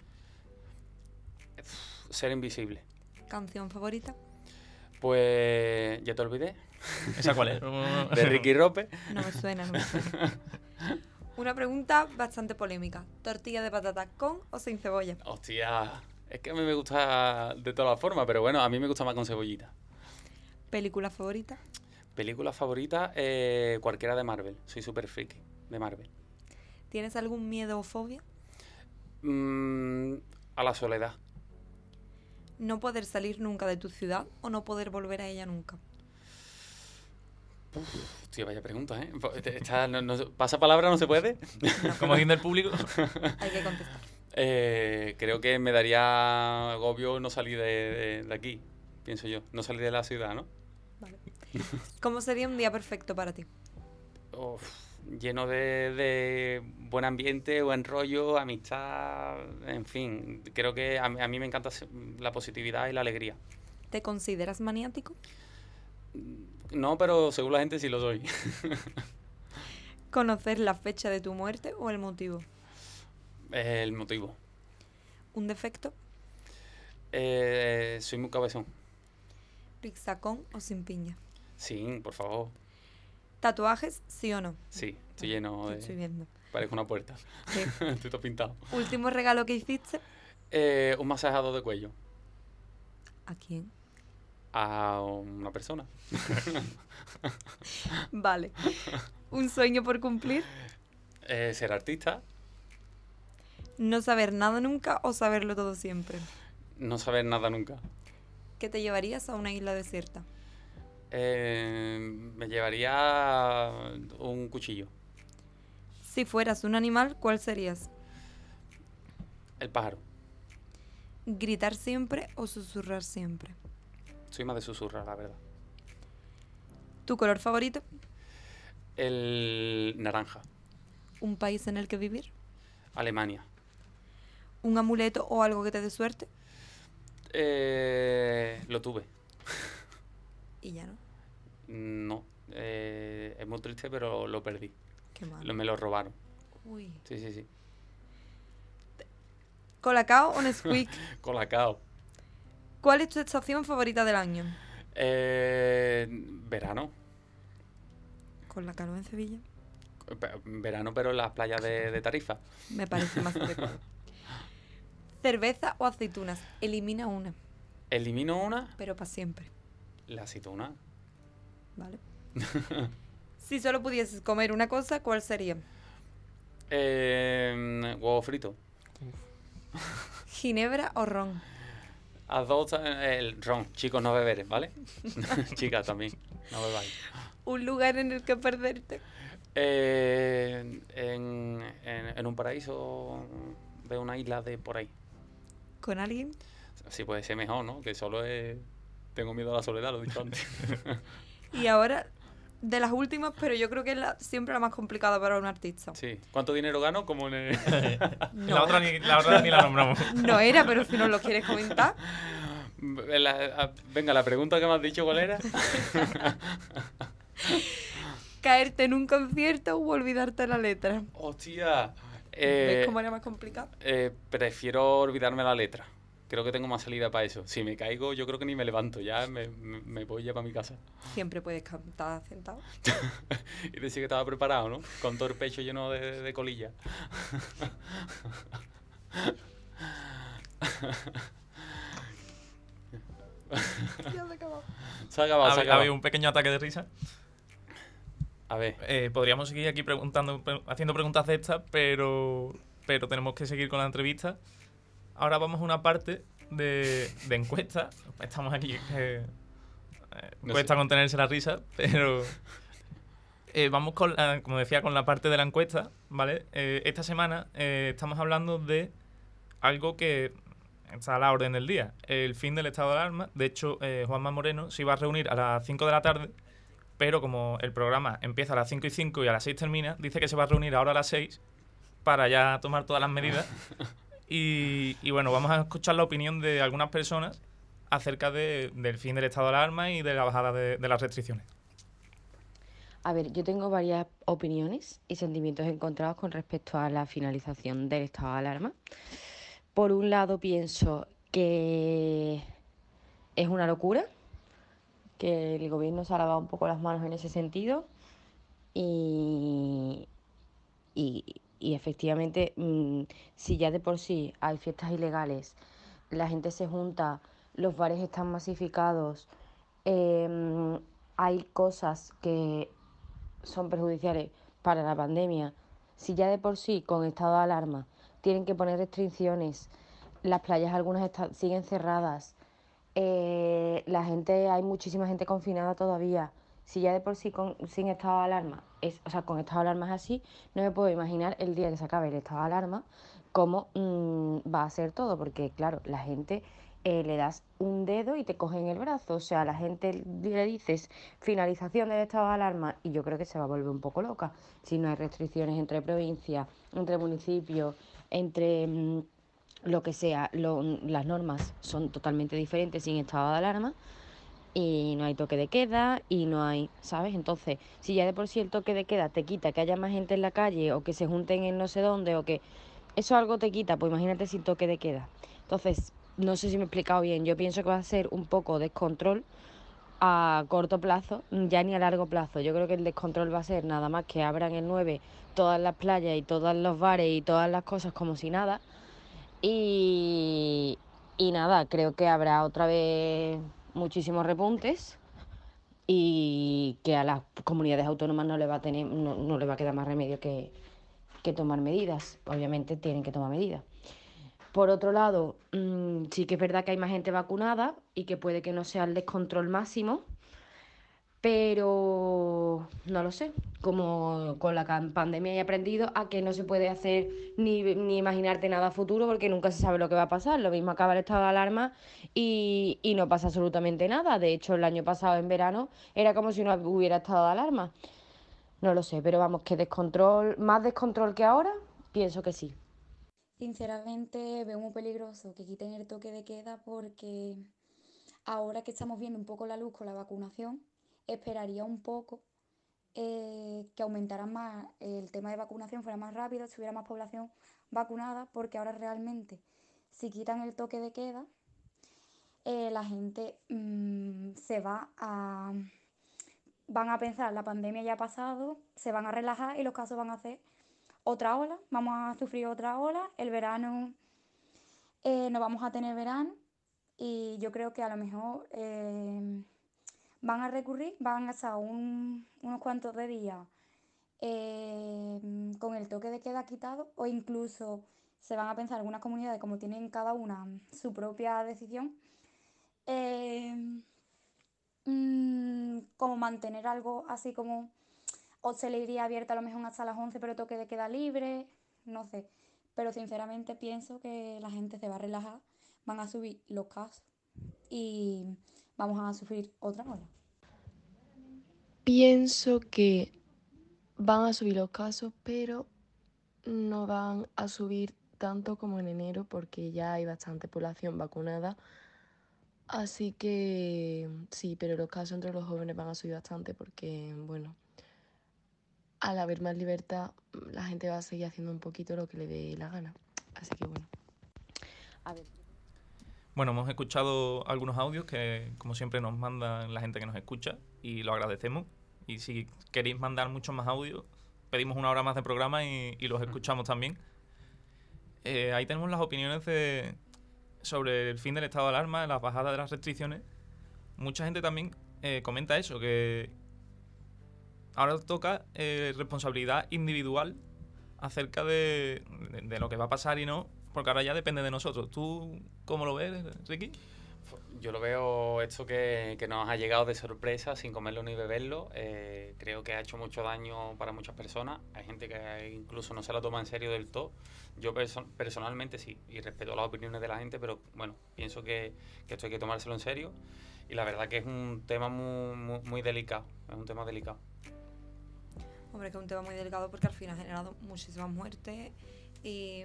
Ser invisible. ¿Canción favorita? Pues... ¿Ya te olvidé? ¿Esa cuál es? De Ricky Rope. No me suena, no me suena. Una pregunta bastante polémica. ¿Tortilla de patata con o sin cebolla? Hostia... Es que a mí me gusta de todas las formas, pero bueno, a mí me gusta más con cebollita. ¿Película favorita? Película favorita, eh, cualquiera de Marvel. Soy súper friki de Marvel. ¿Tienes algún miedo o fobia? Mm, a la soledad. ¿No poder salir nunca de tu ciudad o no poder volver a ella nunca? Hostia, vaya pregunta, ¿eh? Esta, no, no, ¿Pasa palabra no se puede? Como dice el público. Hay que contestar. Eh, creo que me daría agobio no salir de, de, de aquí, pienso yo. No salir de la ciudad, ¿no? Vale. ¿Cómo sería un día perfecto para ti? Uf, lleno de, de buen ambiente, buen rollo, amistad, en fin. Creo que a, mí- a mí me encanta la positividad y la alegría. ¿Te consideras maniático? No, pero según la gente sí lo soy. ¿Conocer la fecha de tu muerte o el motivo? Es el motivo. ¿Un defecto? Eh, soy muy cabezón. ¿Pizza con o sin piña? Sí, por favor. ¿Tatuajes, sí o no? Sí, estoy lleno Te de... estoy viendo. Parezco una puerta. Sí. Estoy todo pintado. ¿Último regalo que hiciste? Eh, un masajado de cuello ¿A quién? a una persona. Vale. ¿Un sueño por cumplir? Eh, ser artista, ¿No saber nada nunca o saberlo todo siempre? no saber nada nunca. ¿Qué te llevarías a una isla desierta? Eh, me llevaría un cuchillo. Si fueras un animal, ¿cuál serías? El pájaro. ¿Gritar siempre o susurrar siempre? Soy más de susurrar, la verdad. ¿Tu color favorito? El naranja. ¿Un país en el que vivir? Alemania. ¿Un amuleto o algo que te dé suerte? Eh, lo tuve. Y ya no. No. Eh, es muy triste, pero lo perdí. Qué Lo- mal. me lo robaron. Uy. Sí, sí, sí. ¿Colacao o Nesquik? Colacao. ¿Cuál es tu estación favorita del año? Eh, verano. ¿Con la calor en Sevilla? Pe- Verano, pero en las playas de, de Tarifa. Me parece más adecuado. ¿Cerveza o aceitunas? Elimina una, Elimino una, pero para siempre. la aceituna. ¿Vale? Si solo pudieses comer una cosa, ¿cuál sería? Eh, huevo frito. ¿Ginebra o ron? A dos, eh, el ron. Chicos, no beberes, ¿vale? Chicas también, no bebáis. ¿Un lugar en el que perderte? Eh, en, en, en un paraíso de una isla de por ahí. ¿Con alguien? Sí, puede ser mejor, ¿no? Que solo es... Tengo miedo a la soledad, lo he dicho antes. Y ahora, de las últimas, pero yo creo que es la, siempre la más complicada para un artista. Sí. ¿Cuánto dinero gano? Como en el... No, La otra ni la, otra ni la nombramos. no era, pero si nos lo quieres comentar. La- a- venga, la pregunta que me has dicho, ¿cuál era? Caerte en un concierto o olvidarte la letra. Hostia. ¿Ves Eh, cómo era más complicado? eh, prefiero olvidarme la letra. Creo que tengo más salida para eso. Si me caigo, yo creo que ni me levanto. Ya me, me, me voy ya para mi casa. Siempre puedes cantar sentado. Y decir que estaba preparado, ¿no? Con todo el pecho lleno de, de colilla. Ya se ha acabado. Se ha acabado, se ha Ha, ha acabado. habido un pequeño ataque de risa. A ver. Eh, podríamos seguir aquí preguntando, pre- haciendo preguntas de estas, pero, pero tenemos que seguir con la entrevista. Ahora vamos a una parte de, de encuesta. Estamos aquí, eh, eh, No cuesta sé. contenerse la risa, pero eh, vamos con, la, como decía, con la parte de la encuesta, ¿vale? Eh, esta semana eh, estamos hablando de algo que está a la orden del día, el fin del estado de alarma. De hecho, eh, Juanma Moreno se iba a reunir a las cinco de la tarde, pero como el programa empieza a las cinco y cinco y a las seis termina, dice que se va a reunir ahora a las seis para ya tomar todas las medidas. Y, y bueno, vamos a escuchar la opinión de algunas personas acerca de- del fin del estado de alarma y de la bajada de, de las restricciones. A ver, yo tengo varias opiniones y sentimientos encontrados con respecto a la finalización del estado de alarma. Por un lado, pienso que es una locura, que el gobierno se ha lavado un poco las manos en ese sentido y, y, y efectivamente, mm, si ya de por sí hay fiestas ilegales, la gente se junta, los bares están masificados, em, hay cosas que son perjudiciales para la pandemia, si ya de por sí con estado de alarma tienen que poner restricciones, las playas algunas están, siguen cerradas, eh, la gente, hay muchísima gente confinada todavía, si ya de por sí con, sin estado de alarma, es, o sea, con estado de alarma es así, no me puedo imaginar el día que se acabe el estado de alarma cómo mmm, va a ser todo, porque claro, la gente eh, le das un dedo y te cogen el brazo, o sea, a la gente le dices finalización del estado de alarma y yo creo que se va a volver un poco loca si no hay restricciones entre provincias, entre municipios, entre mmm, lo que sea, lo, las normas son totalmente diferentes sin estado de alarma y no hay toque de queda y no hay, ¿sabes? Entonces, si ya de por sí el toque de queda te quita que haya más gente en la calle o que se junten en no sé dónde o que eso algo te quita, pues imagínate sin toque de queda. Entonces, no sé si me he explicado bien, yo pienso que va a ser un poco descontrol a corto plazo, ya ni a largo plazo. Yo creo que el descontrol va a ser nada más que abran el nueve todas las playas y todos los bares y todas las cosas como si nada. Y, y nada, creo que habrá otra vez muchísimos repuntes y que a las comunidades autónomas no le va a tener, no, no le va a quedar más remedio que, que tomar medidas. Obviamente tienen que tomar medidas. Por otro lado, mmm, sí que es verdad que hay más gente vacunada y que puede que no sea el descontrol máximo, pero no lo sé. Como con la pandemia he aprendido a que no se puede hacer ni, ni imaginarte nada futuro porque nunca se sabe lo que va a pasar. Lo mismo acaba el estado de alarma y, y no pasa absolutamente nada. De hecho, el año pasado en verano era como si no hubiera estado de alarma. No lo sé, pero vamos, que descontrol, más descontrol que ahora, pienso que sí. Sinceramente veo muy peligroso que quiten el toque de queda porque ahora que estamos viendo un poco la luz con la vacunación, esperaría un poco eh, que aumentara más el tema de vacunación, fuera más rápido, si hubiera más población vacunada, porque ahora realmente si quitan el toque de queda, eh, la gente mmm, se va a... van a pensar, la pandemia ya ha pasado, se van a relajar y los casos van a hacer otra ola, vamos a sufrir otra ola, el verano eh, no vamos a tener verano y yo creo que a lo mejor eh, van a recurrir, van a estar un- unos cuantos de días eh, con el toque de queda quitado o incluso se van a pensar algunas comunidades como tienen cada una su propia decisión, eh, mm, como mantener algo así como hostelería abierta a lo mejor hasta las once pero toque de queda libre, no sé. Pero sinceramente pienso que la gente se va a relajar, van a subir los casos y vamos a sufrir otra ola. Pienso que van a subir los casos, pero no van a subir tanto como en enero porque ya hay bastante población vacunada. Así que sí, pero los casos entre los jóvenes van a subir bastante porque, bueno, al haber más libertad, la gente va a seguir haciendo un poquito lo que le dé la gana. Así que bueno. A ver. Bueno, hemos escuchado algunos audios que, como siempre, nos mandan la gente que nos escucha y lo agradecemos. Y si queréis mandar muchos más audios, pedimos una hora más de programa y, y los escuchamos también. Eh, ahí tenemos las opiniones de, sobre el fin del estado de alarma, las bajadas de las restricciones. Mucha gente también eh, comenta eso, que ahora toca eh, responsabilidad individual acerca de, de, de lo que va a pasar y no, porque ahora ya depende de nosotros. ¿Tú cómo lo ves, Ricky? Yo lo veo esto que, que nos ha llegado de sorpresa, sin comerlo ni beberlo. Eh, creo que ha hecho mucho daño para muchas personas. Hay gente que incluso no se la toma en serio del todo. Yo perso- personalmente sí, y respeto las opiniones de la gente, pero bueno, pienso que, que esto hay que tomárselo en serio. Y la verdad que es un tema muy, muy, muy delicado. Es un tema delicado. Hombre, que es un tema muy delicado porque al final ha generado muchísimas muertes y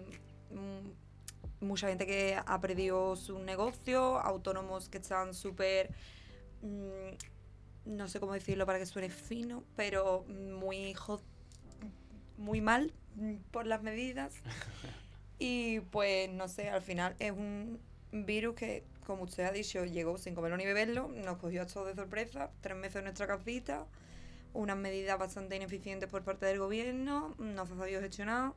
mm, mucha gente que ha perdido su negocio, autónomos que están súper, mm, no sé cómo decirlo para que suene fino, pero muy, jo- muy mal mm, por las medidas. Y pues no sé, al final es un virus que, como usted ha dicho, llegó sin comerlo ni beberlo, nos cogió a todos de sorpresa, tres meses en nuestra casita, unas medidas bastante ineficientes por parte del gobierno, no se ha sabido gestionar.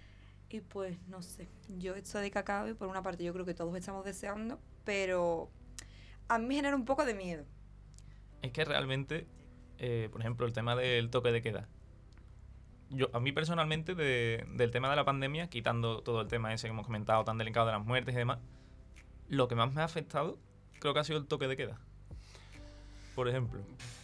Y pues no sé, yo esto de que acabe, por una parte yo creo que todos estamos deseando, pero a mí me genera un poco de miedo. Es que realmente, eh, por ejemplo, el tema del toque de queda. Yo, a mí personalmente, de, del tema de la pandemia, quitando todo el tema ese que hemos comentado tan delicado de las muertes y demás, lo que más me ha afectado creo que ha sido el toque de queda. Por ejemplo.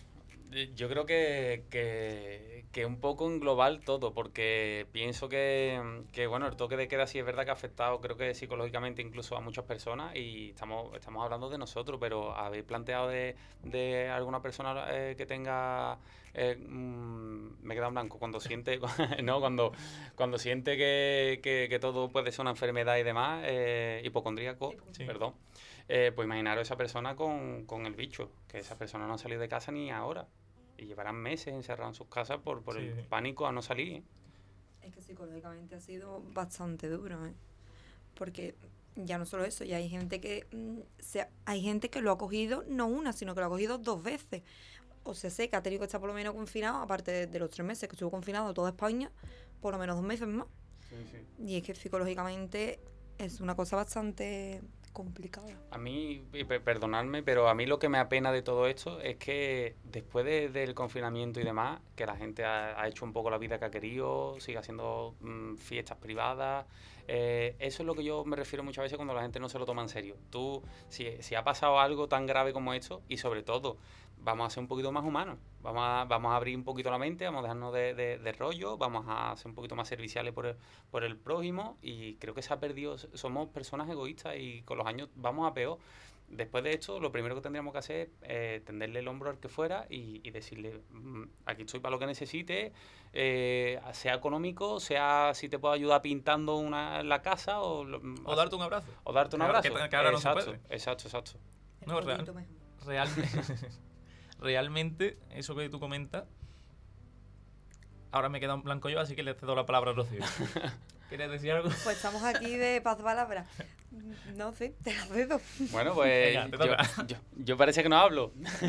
Yo creo que, que, que un poco en global todo, porque pienso que, que, bueno, el toque de queda sí es verdad que ha afectado, creo que psicológicamente incluso a muchas personas, y estamos estamos hablando de nosotros, pero ¿habéis planteado de, de alguna persona eh, que tenga... Eh, mm, me queda en blanco, cuando siente, no, cuando, cuando siente que, que, que todo puede ser una enfermedad y demás, eh, hipocondríaco, Sí. perdón, eh, pues imaginaros esa persona con, con el bicho, que esa persona no ha salido de casa ni ahora. Y llevarán meses encerrados en sus casas por, por Sí. el pánico a no salir. ¿eh? Es que psicológicamente ha sido bastante duro, ¿eh? Porque ya no solo eso, ya hay gente que mm, se, hay gente que lo ha cogido no una, sino que lo ha cogido dos veces. O sea, sé que ha tenido que estar por lo menos confinado, aparte de, de los tres meses que estuvo confinado toda España, por lo menos dos meses más. Sí, sí. Y es que psicológicamente es una cosa bastante complicada. A mí, y pe- perdonadme, pero a mí lo que me apena de todo esto es que después de- del confinamiento y demás, que la gente ha, ha hecho un poco la vida que ha querido, sigue haciendo mm, fiestas privadas, eh, eso es lo que yo me refiero muchas veces cuando la gente no se lo toma en serio. Tú, si, si ha pasado algo tan grave como esto, y sobre todo, vamos a ser un poquito más humanos, vamos a, vamos a abrir un poquito la mente, vamos a dejarnos de, de, de rollo, vamos a ser un poquito más serviciales por el, por el prójimo, y creo que se ha perdido, somos personas egoístas y con los años vamos a peor. Después de esto, lo primero que tendríamos que hacer es eh, tenderle el hombro al que fuera y, y decirle, "Mm, aquí estoy para lo que necesites, eh, sea económico, sea si te puedo ayudar pintando una, la casa o, lo- O darte un abrazo. o darte un Que ahora- abrazo. que- que ahora no se exacto, puede. exacto, exacto. El No, real- gordito mejor. Realmente, realmente, eso que tú comentas, ahora me queda un blanco yo, así que le cedo la palabra a Rocío. ¿Quieres decir algo? Pues estamos aquí de pasapalabra. No sé, te la cedo. Bueno, pues Venga, te yo, toca. yo, yo parece que no hablo.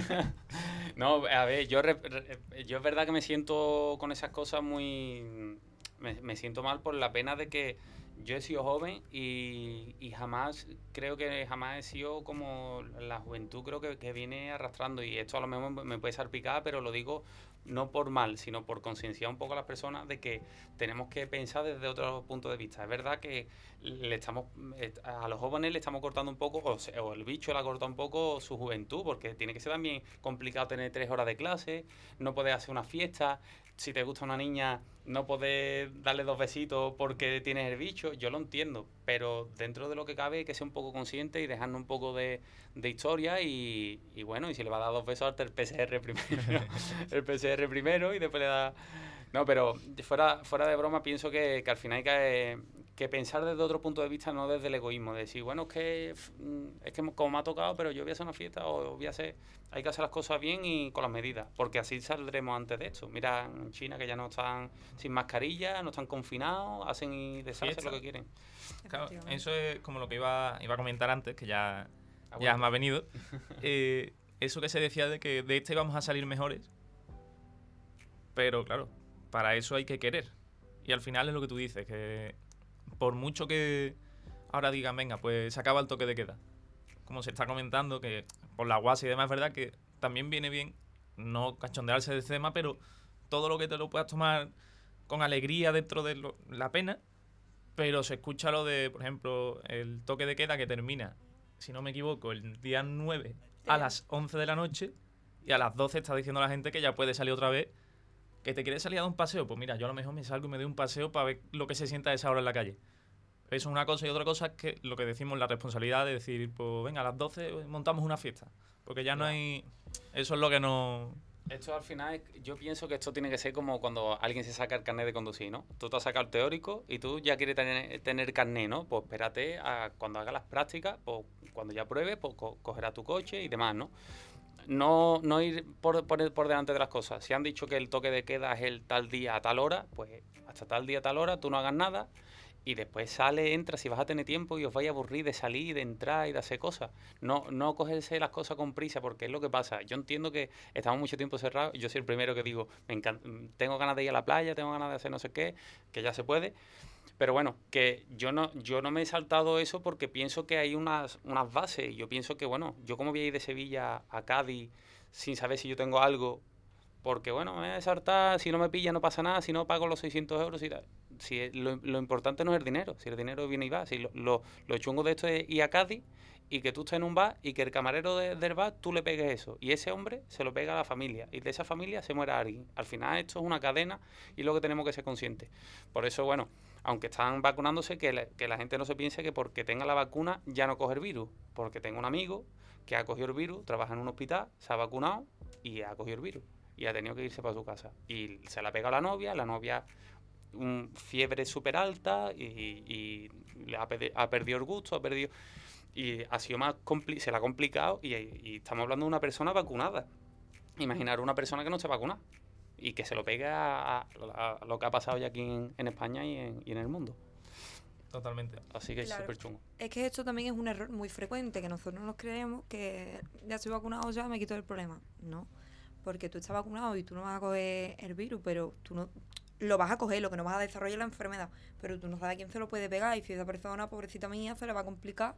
No, a ver, yo, re- re- yo es verdad que me siento con esas cosas muy... Me, me siento mal por la pena de que yo he sido joven y, y jamás, creo que jamás he sido como la juventud creo que, que viene arrastrando. Y esto a lo mejor me puede salpicar, pero lo digo no por mal, sino por concienciar un poco a las personas de que tenemos que pensar desde otro punto de vista. Es verdad que le estamos a los jóvenes le estamos cortando un poco, o, se, o el bicho le ha cortado un poco su juventud, porque tiene que ser también complicado tener tres horas de clase, no poder hacer una fiesta. Si te gusta una niña, no poder darle dos besitos porque tienes el bicho, yo lo entiendo, pero dentro de lo que cabe hay que ser un poco consciente y dejarnos un poco de, de historia y, y bueno, y si le va a dar dos besos, hasta el P C R primero, el P C R primero y después le da... No, pero fuera, fuera de broma, pienso que, que al final hay que, que pensar desde otro punto de vista, no desde el egoísmo, de decir, bueno, es que es que como me ha tocado, pero yo voy a hacer una fiesta o voy a hacer... Hay que hacer las cosas bien y con las medidas, porque así saldremos antes de esto. Mira, en China que ya no están sin mascarilla, no están confinados, hacen y deshacen lo que quieren. Claro, eso es como lo que iba, iba a comentar antes, que ya, ah, ya bueno. me ha venido. eh, eso que se decía de que de este íbamos a salir mejores, pero claro, para eso hay que querer. Y al final es lo que tú dices, que por mucho que ahora digan, venga, pues se acaba el toque de queda, como se está comentando, que por la guasa y demás, es verdad que también viene bien no cachondearse de este tema, pero todo lo que te lo puedas tomar con alegría dentro de lo, la pena, pero se escucha lo de, por ejemplo, el toque de queda que termina, si no me equivoco, el día nueve a las once de la noche y a las doce está diciendo la gente que ya puede salir otra vez, que te quieres salir a dar un paseo, pues mira, yo a lo mejor me salgo y me doy un paseo para ver lo que se sienta a esa hora en la calle. Eso es una cosa, y otra cosa es que lo que decimos, la responsabilidad de decir, pues venga, a las doce montamos una fiesta. Porque ya no hay... Eso es lo que no... Esto al final, yo pienso que esto tiene que ser como cuando alguien se saca el carnet de conducir, ¿no? Tú te has sacado el teórico y tú ya quieres tener, tener carnet, ¿no? Pues espérate a cuando hagas las prácticas, pues cuando ya pruebes, pues co cogerás tu coche y demás, ¿no? No, no ir por, por, por delante de las cosas. Si han dicho que el toque de queda es el tal día a tal hora, pues hasta tal día a tal hora tú no hagas nada. Y después sale, entra, si vas a tener tiempo y os vais a aburrir de salir, de entrar y de hacer cosas. No, no cogerse las cosas con prisa, porque es lo que pasa. Yo entiendo que estamos mucho tiempo cerrados. Yo soy el primero que digo, me encanta, tengo ganas de ir a la playa, tengo ganas de hacer no sé qué, que ya se puede. Pero bueno, que yo no, yo no me he saltado eso porque pienso que hay unas, unas bases. Y yo pienso que, bueno, yo como voy a ir de Sevilla a Cádiz sin saber si yo tengo algo, porque bueno, me voy a saltar, si no me pilla no pasa nada, si no pago los seiscientos euros y tal. Si lo, lo importante no es el dinero, si el dinero viene y va. Si lo, lo, lo chungo de esto es ir a Cádiz y que tú estés en un bar y que el camarero de, del bar tú le pegues eso. Y ese hombre se lo pega a la familia y de esa familia se muera alguien. Al final esto es una cadena y es lo que tenemos que ser conscientes. Por eso, bueno, aunque están vacunándose, que la, que la gente no se piense que porque tenga la vacuna ya no coge el virus. Porque tengo un amigo que ha cogido el virus, trabaja en un hospital, se ha vacunado y ha cogido el virus. Y ha tenido que irse para su casa. Y se la ha pegado a la novia, la novia... un fiebre súper alta y, y le ha, ha perdido el gusto, ha perdido y ha sido más compli se le ha complicado y, y estamos hablando de una persona vacunada. Imaginar una persona que no se vacuna y que se lo pegue a, a, a lo que ha pasado ya aquí en, en España y en, y en el mundo. Totalmente. Así que claro. es súper chungo. Es que esto también es un error muy frecuente, que nosotros nos creemos que ya estoy vacunado, ya me quito el problema. No, porque tú estás vacunado y tú no vas a coger el virus, pero tú no... lo vas a coger, lo que no vas a desarrollar la enfermedad, pero tú no sabes a quién se lo puede pegar y si esa persona, pobrecita mía, se le va a complicar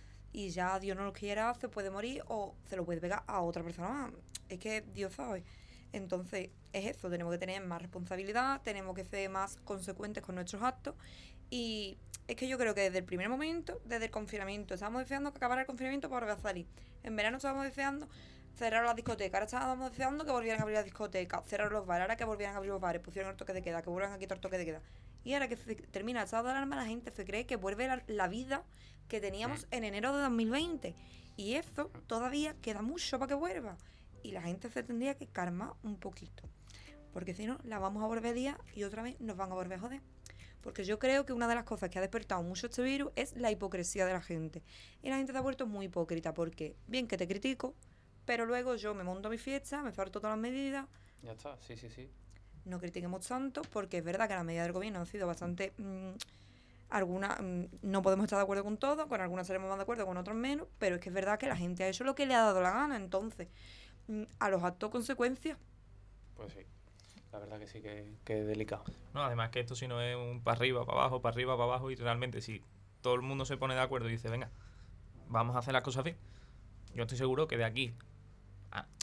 y ya Dios no lo quiera, se puede morir o se lo puede pegar a otra persona más. Es que Dios sabe. Entonces es eso, tenemos que tener más responsabilidad, tenemos que ser más consecuentes con nuestros actos y es que yo creo que desde el primer momento, desde el confinamiento, estábamos deseando que acabara el confinamiento para volver a salir. En verano estábamos deseando cerrar las discotecas, ahora estábamos deseando que volvieran a abrir las discotecas, cerrar los bares, ahora que volvieran a abrir los bares, pusieron el toque de queda, que vuelvan a quitar el toque de queda. Y ahora que se termina el estado de alarma, la gente se cree que vuelve la, la vida que teníamos en enero de dos mil veinte. Y eso todavía queda mucho para que vuelva. Y la gente se tendría que calmar un poquito. Porque si no, la vamos a volver día y otra vez nos van a volver a joder. Porque yo creo que una de las cosas que ha despertado mucho este virus es la hipocresía de la gente. Y la gente se ha vuelto muy hipócrita porque, bien que te critico, pero luego yo me monto mi fiesta, me salto todas las medidas. Ya está, sí, sí, sí. No critiquemos tanto porque es verdad que las medidas del gobierno han sido bastante... Mmm, algunas mmm, no podemos estar de acuerdo con todo, con algunas seremos más de acuerdo, con otras menos, pero es que es verdad que la gente ha hecho lo que le ha dado la gana, entonces mmm, a los actos consecuencias. Pues sí, la verdad que sí que, que es delicado. No, además que esto si no es un para arriba, para abajo, para arriba, para abajo y realmente si todo el mundo se pone de acuerdo y dice, venga, vamos a hacer las cosas bien, yo estoy seguro que de aquí...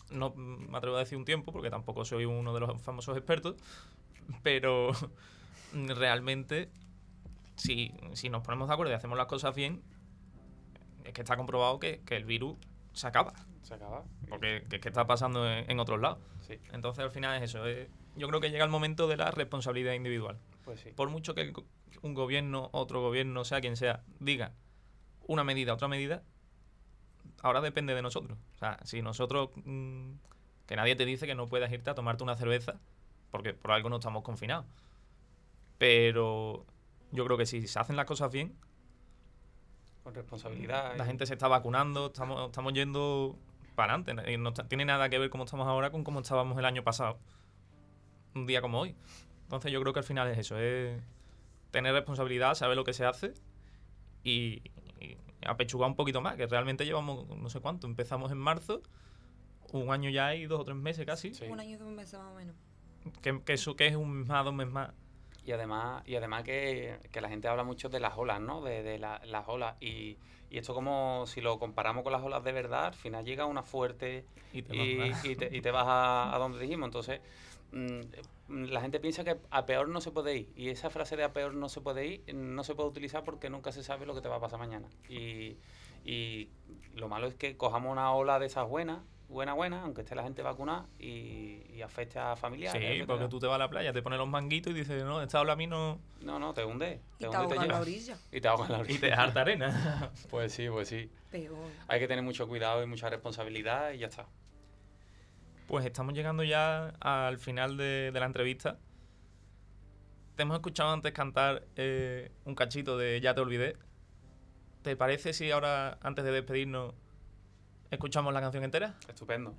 no me atrevo a decir un tiempo, porque tampoco soy uno de los famosos expertos, pero realmente, si, si nos ponemos de acuerdo y hacemos las cosas bien, es que está comprobado que, que el virus se acaba. Se acaba. Porque que, que está pasando en, en otros lados. Sí. Entonces, al final es eso. Es, yo creo que llega el momento de la responsabilidad individual. Pues sí. Por mucho que el, un gobierno, otro gobierno, sea quien sea, diga una medida, otra medida, ahora depende de nosotros. O sea, si nosotros... Mmm, que nadie te dice que no puedas irte a tomarte una cerveza, porque por algo no estamos confinados. Pero yo creo que si se hacen las cosas bien... Con responsabilidad. La y... gente se está vacunando, estamos, estamos yendo para adelante. Y no está, tiene nada que ver cómo estamos ahora con cómo estábamos el año pasado. Un día como hoy. Entonces yo creo que al final es eso, es tener responsabilidad, saber lo que se hace y, y apechugar un poquito más, que realmente llevamos no sé cuánto. Empezamos en marzo, un año ya y dos o tres meses casi. Sí. Un año y dos meses más o menos. Que, que eso que es un mes más, dos meses más. Y además, y además que, que la gente habla mucho de las olas, ¿no? De, de la, las olas. Y, y esto como si lo comparamos con las olas de verdad, al final llega una fuerte Y te y, vas. y, te, y te vas a, a donde dijimos. Entonces, mmm, la gente piensa que a peor no se puede ir. Y esa frase de a peor no se puede ir no se puede utilizar porque nunca se sabe lo que te va a pasar mañana. Y, y lo malo es que cojamos una ola de esas buenas, buena, buena, aunque esté la gente vacunada y, y afecte a familiares. Sí, etcétera. porque tú te vas a la playa, te pones los manguitos y dices, no, esta ola a mí no... No, no, te hunde. Y te hunde ahogas en la lleva. orilla. Y te ahogas en la orilla. Y te dejas harta arena. Pues sí, pues sí. Peor. Hay que tener mucho cuidado y mucha responsabilidad y ya está. Pues estamos llegando ya al final de, de la entrevista. Te hemos escuchado antes cantar eh, un cachito de Ya te olvidé. ¿Te parece si ahora, antes de despedirnos, escuchamos la canción entera? Estupendo.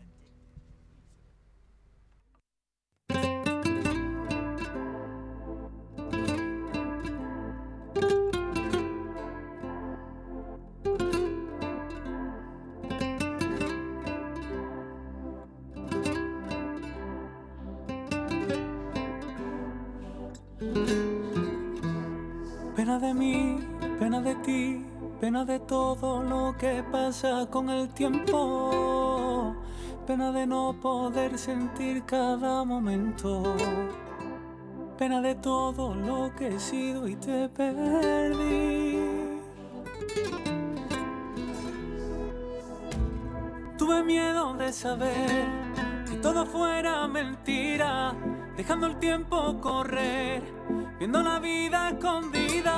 Pena de mí, pena de ti, pena de todo lo que pasa con el tiempo, pena de no poder sentir cada momento, pena de todo lo que he sido y te perdí. Tuve miedo de saber que todo fuera mentira, dejando el tiempo correr, viendo la vida escondida.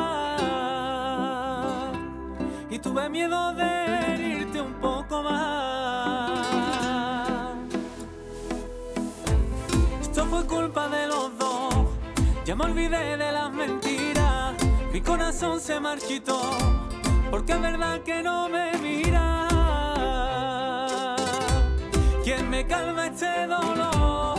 Y tuve miedo de herirte un poco más. Esto fue culpa de los dos, ya me olvidé de las mentiras. Mi corazón se marchitó, porque es verdad que no me mira. ¿Quién me calma este dolor?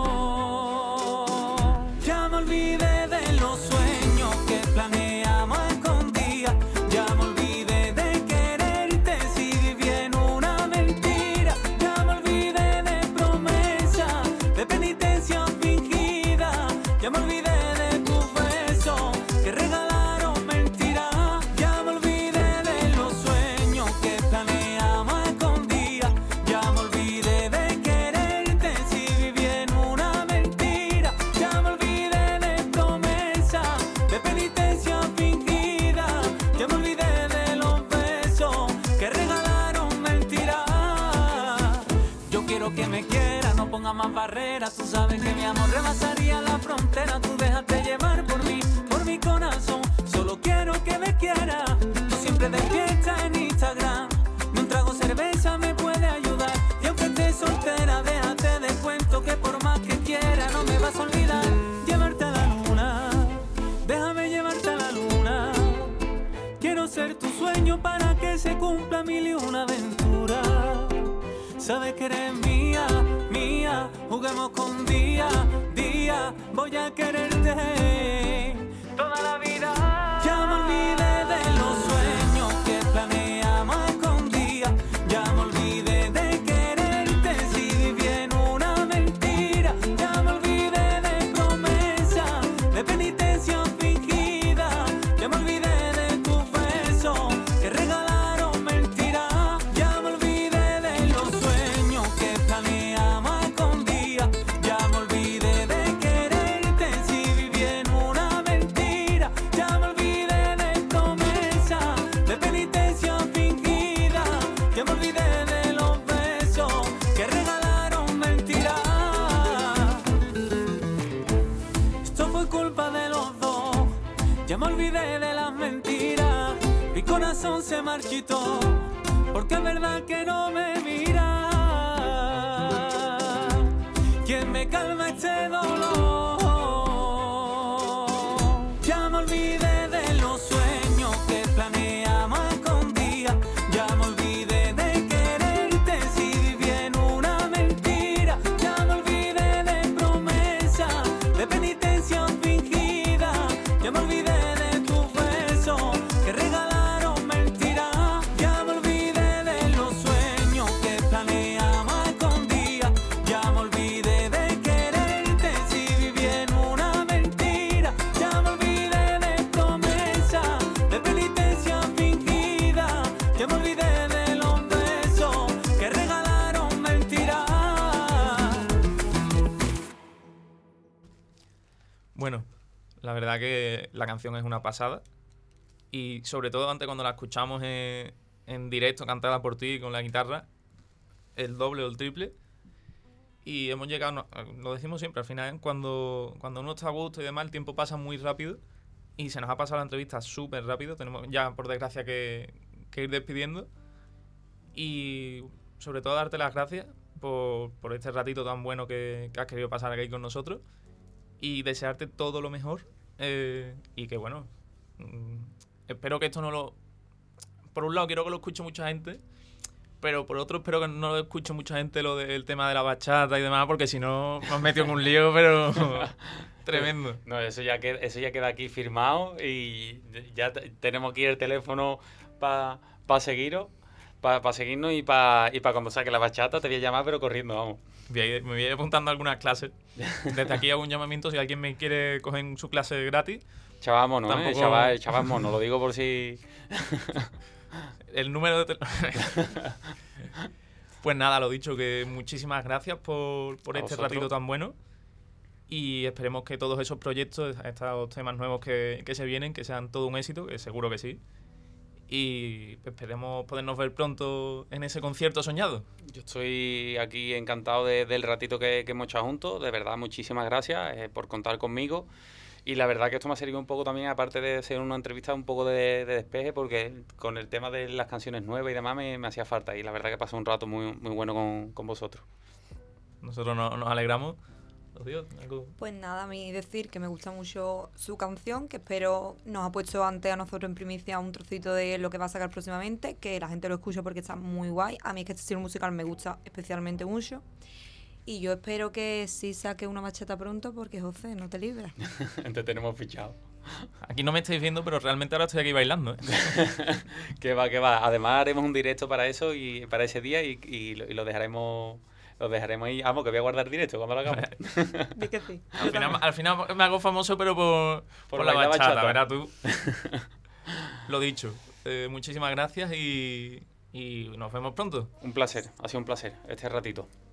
Ya me olvidé de los sueños que planeamos a escondidas. Ya me olvidé de quererte si viví en una mentira. Ya me olvidé de promesas, de penitencia fingida. Ya me olvidé de tus besos que regalaron mentiras. Ya me olvidé de los sueños que planeamos a escondidas. Ya me olvidé de quererte si viví en una mentira. Ya me olvidé de promesas, de penitencia fingida. Ya me olvidé de los besos que regalaron mentiras. Yo quiero que me quieras, no pongas más barreras. Tú sabes que mi amor rebasaría la frontera. Tú déjate llevar por mí, por mi corazón. Solo quiero que me quieras. Tú siempre despierta en Instagram. Ni un trago cerveza me puede ayudar. Y aunque estés soltera, déjate de cuento que por más que quiera no me vas a olvidar. Llevarte a la luna, déjame llevarte a la luna. Quiero ser tu sueño para que se cumpla mil y una aventura. Sabes que eres mía, mía, juguemos con día, día. Voy a quererte toda la vida. Ya me olvidé de los sueños que planeamos a escondidas. Ya me olvidé de quererte si viví en una mentira. Ya me olvidé de promesas, de penitencia fingida. Ya me olvidé de tus besos que regalaron mentiras. Ya me olvidé de los sueños que corazón se marchitó, porque es verdad que no me mira. ¿Quién me calma este dolor? Ya me olvidé de los sueños que planeamos a escondidas. Ya me olvidé de quererte si viví en una mentira. Ya me olvidé de promesas, de penitencia fingida. Ya me olvidé de tus besos que regalaron mentiras. Ya me olvidé de los sueños que planeamos a escondidas. Ya me olvidé de quererte si viví en una mentira. Ya me olvidé de promesas, de penitencia fingida. Ya me olvidé de los besos que regalaron mentiras. Bueno, la verdad que la canción es una pasada. Y sobre todo antes cuando la escuchamos en, en directo, cantada por ti con la guitarra, el doble o el triple. Y hemos llegado, no, lo decimos siempre, al final cuando, cuando uno está a gusto y demás, el tiempo pasa muy rápido. Y se nos ha pasado la entrevista súper rápido. Tenemos ya, por desgracia, que, que ir despidiendo. Y sobre todo darte las gracias por, por este ratito tan bueno que, que has querido pasar aquí con nosotros. Y desearte todo lo mejor. Eh, y que bueno, mm, espero que esto no lo... Por un lado quiero que lo escuche mucha gente, pero por otro espero que no lo escuche mucha gente lo del tema de la bachata y demás, porque si no me has metido en un lío, pero tremendo. No, eso ya, queda, eso ya queda aquí firmado y ya t- tenemos aquí el teléfono para pa seguiros, para pa seguirnos y para y pa cuando saque la bachata te voy a llamar, pero corriendo, vamos. Voy a ir- me voy a ir apuntando a algunas clases. Desde aquí hago un llamamiento si alguien me quiere coger su clase gratis. Chaval mono, ¿eh? Tampoco- Chaval, chaval mono, lo digo por si... El número de teléfono. Pues nada, lo dicho, que muchísimas gracias por, por A este vosotros. ratito tan bueno. Y esperemos que todos esos proyectos, estos temas nuevos que, que se vienen, que sean todo un éxito, que seguro que sí. Y esperemos podernos ver pronto en ese concierto soñado. Yo estoy aquí encantado de- del ratito que, que hemos echado juntos. De verdad, muchísimas gracias eh, por contar conmigo. Y la verdad que esto me ha servido un poco también, aparte de ser una entrevista, un poco de, de despeje, porque con el tema de las canciones nuevas y demás me, me hacía falta. Y la verdad que pasé un rato muy, muy bueno con, con vosotros. Nosotros no- nos alegramos. Rocío, algo- Pues nada, a mí decir que me gusta mucho su canción, que espero nos ha puesto antes a nosotros en primicia un trocito de lo que va a sacar próximamente, que la gente lo escuche porque está muy guay. A mí es que este estilo musical me gusta especialmente mucho. Y yo espero que sí saque una bachata pronto porque, José, no te libras. Te tenemos fichado. Aquí no me estáis viendo, pero realmente ahora estoy aquí bailando, ¿eh? Que va, que va. Además haremos un directo para eso y para ese día y, y lo, y lo dejaremos lo dejaremos ahí. Vamos, que voy a guardar directo cuando lo hagamos. Di que sí. Al final, al final me hago famoso, pero por, Por por la bailar bachata, bachata. verás tú. Lo dicho, eh, muchísimas gracias y, y nos vemos pronto. Un placer, ha sido un placer este ratito.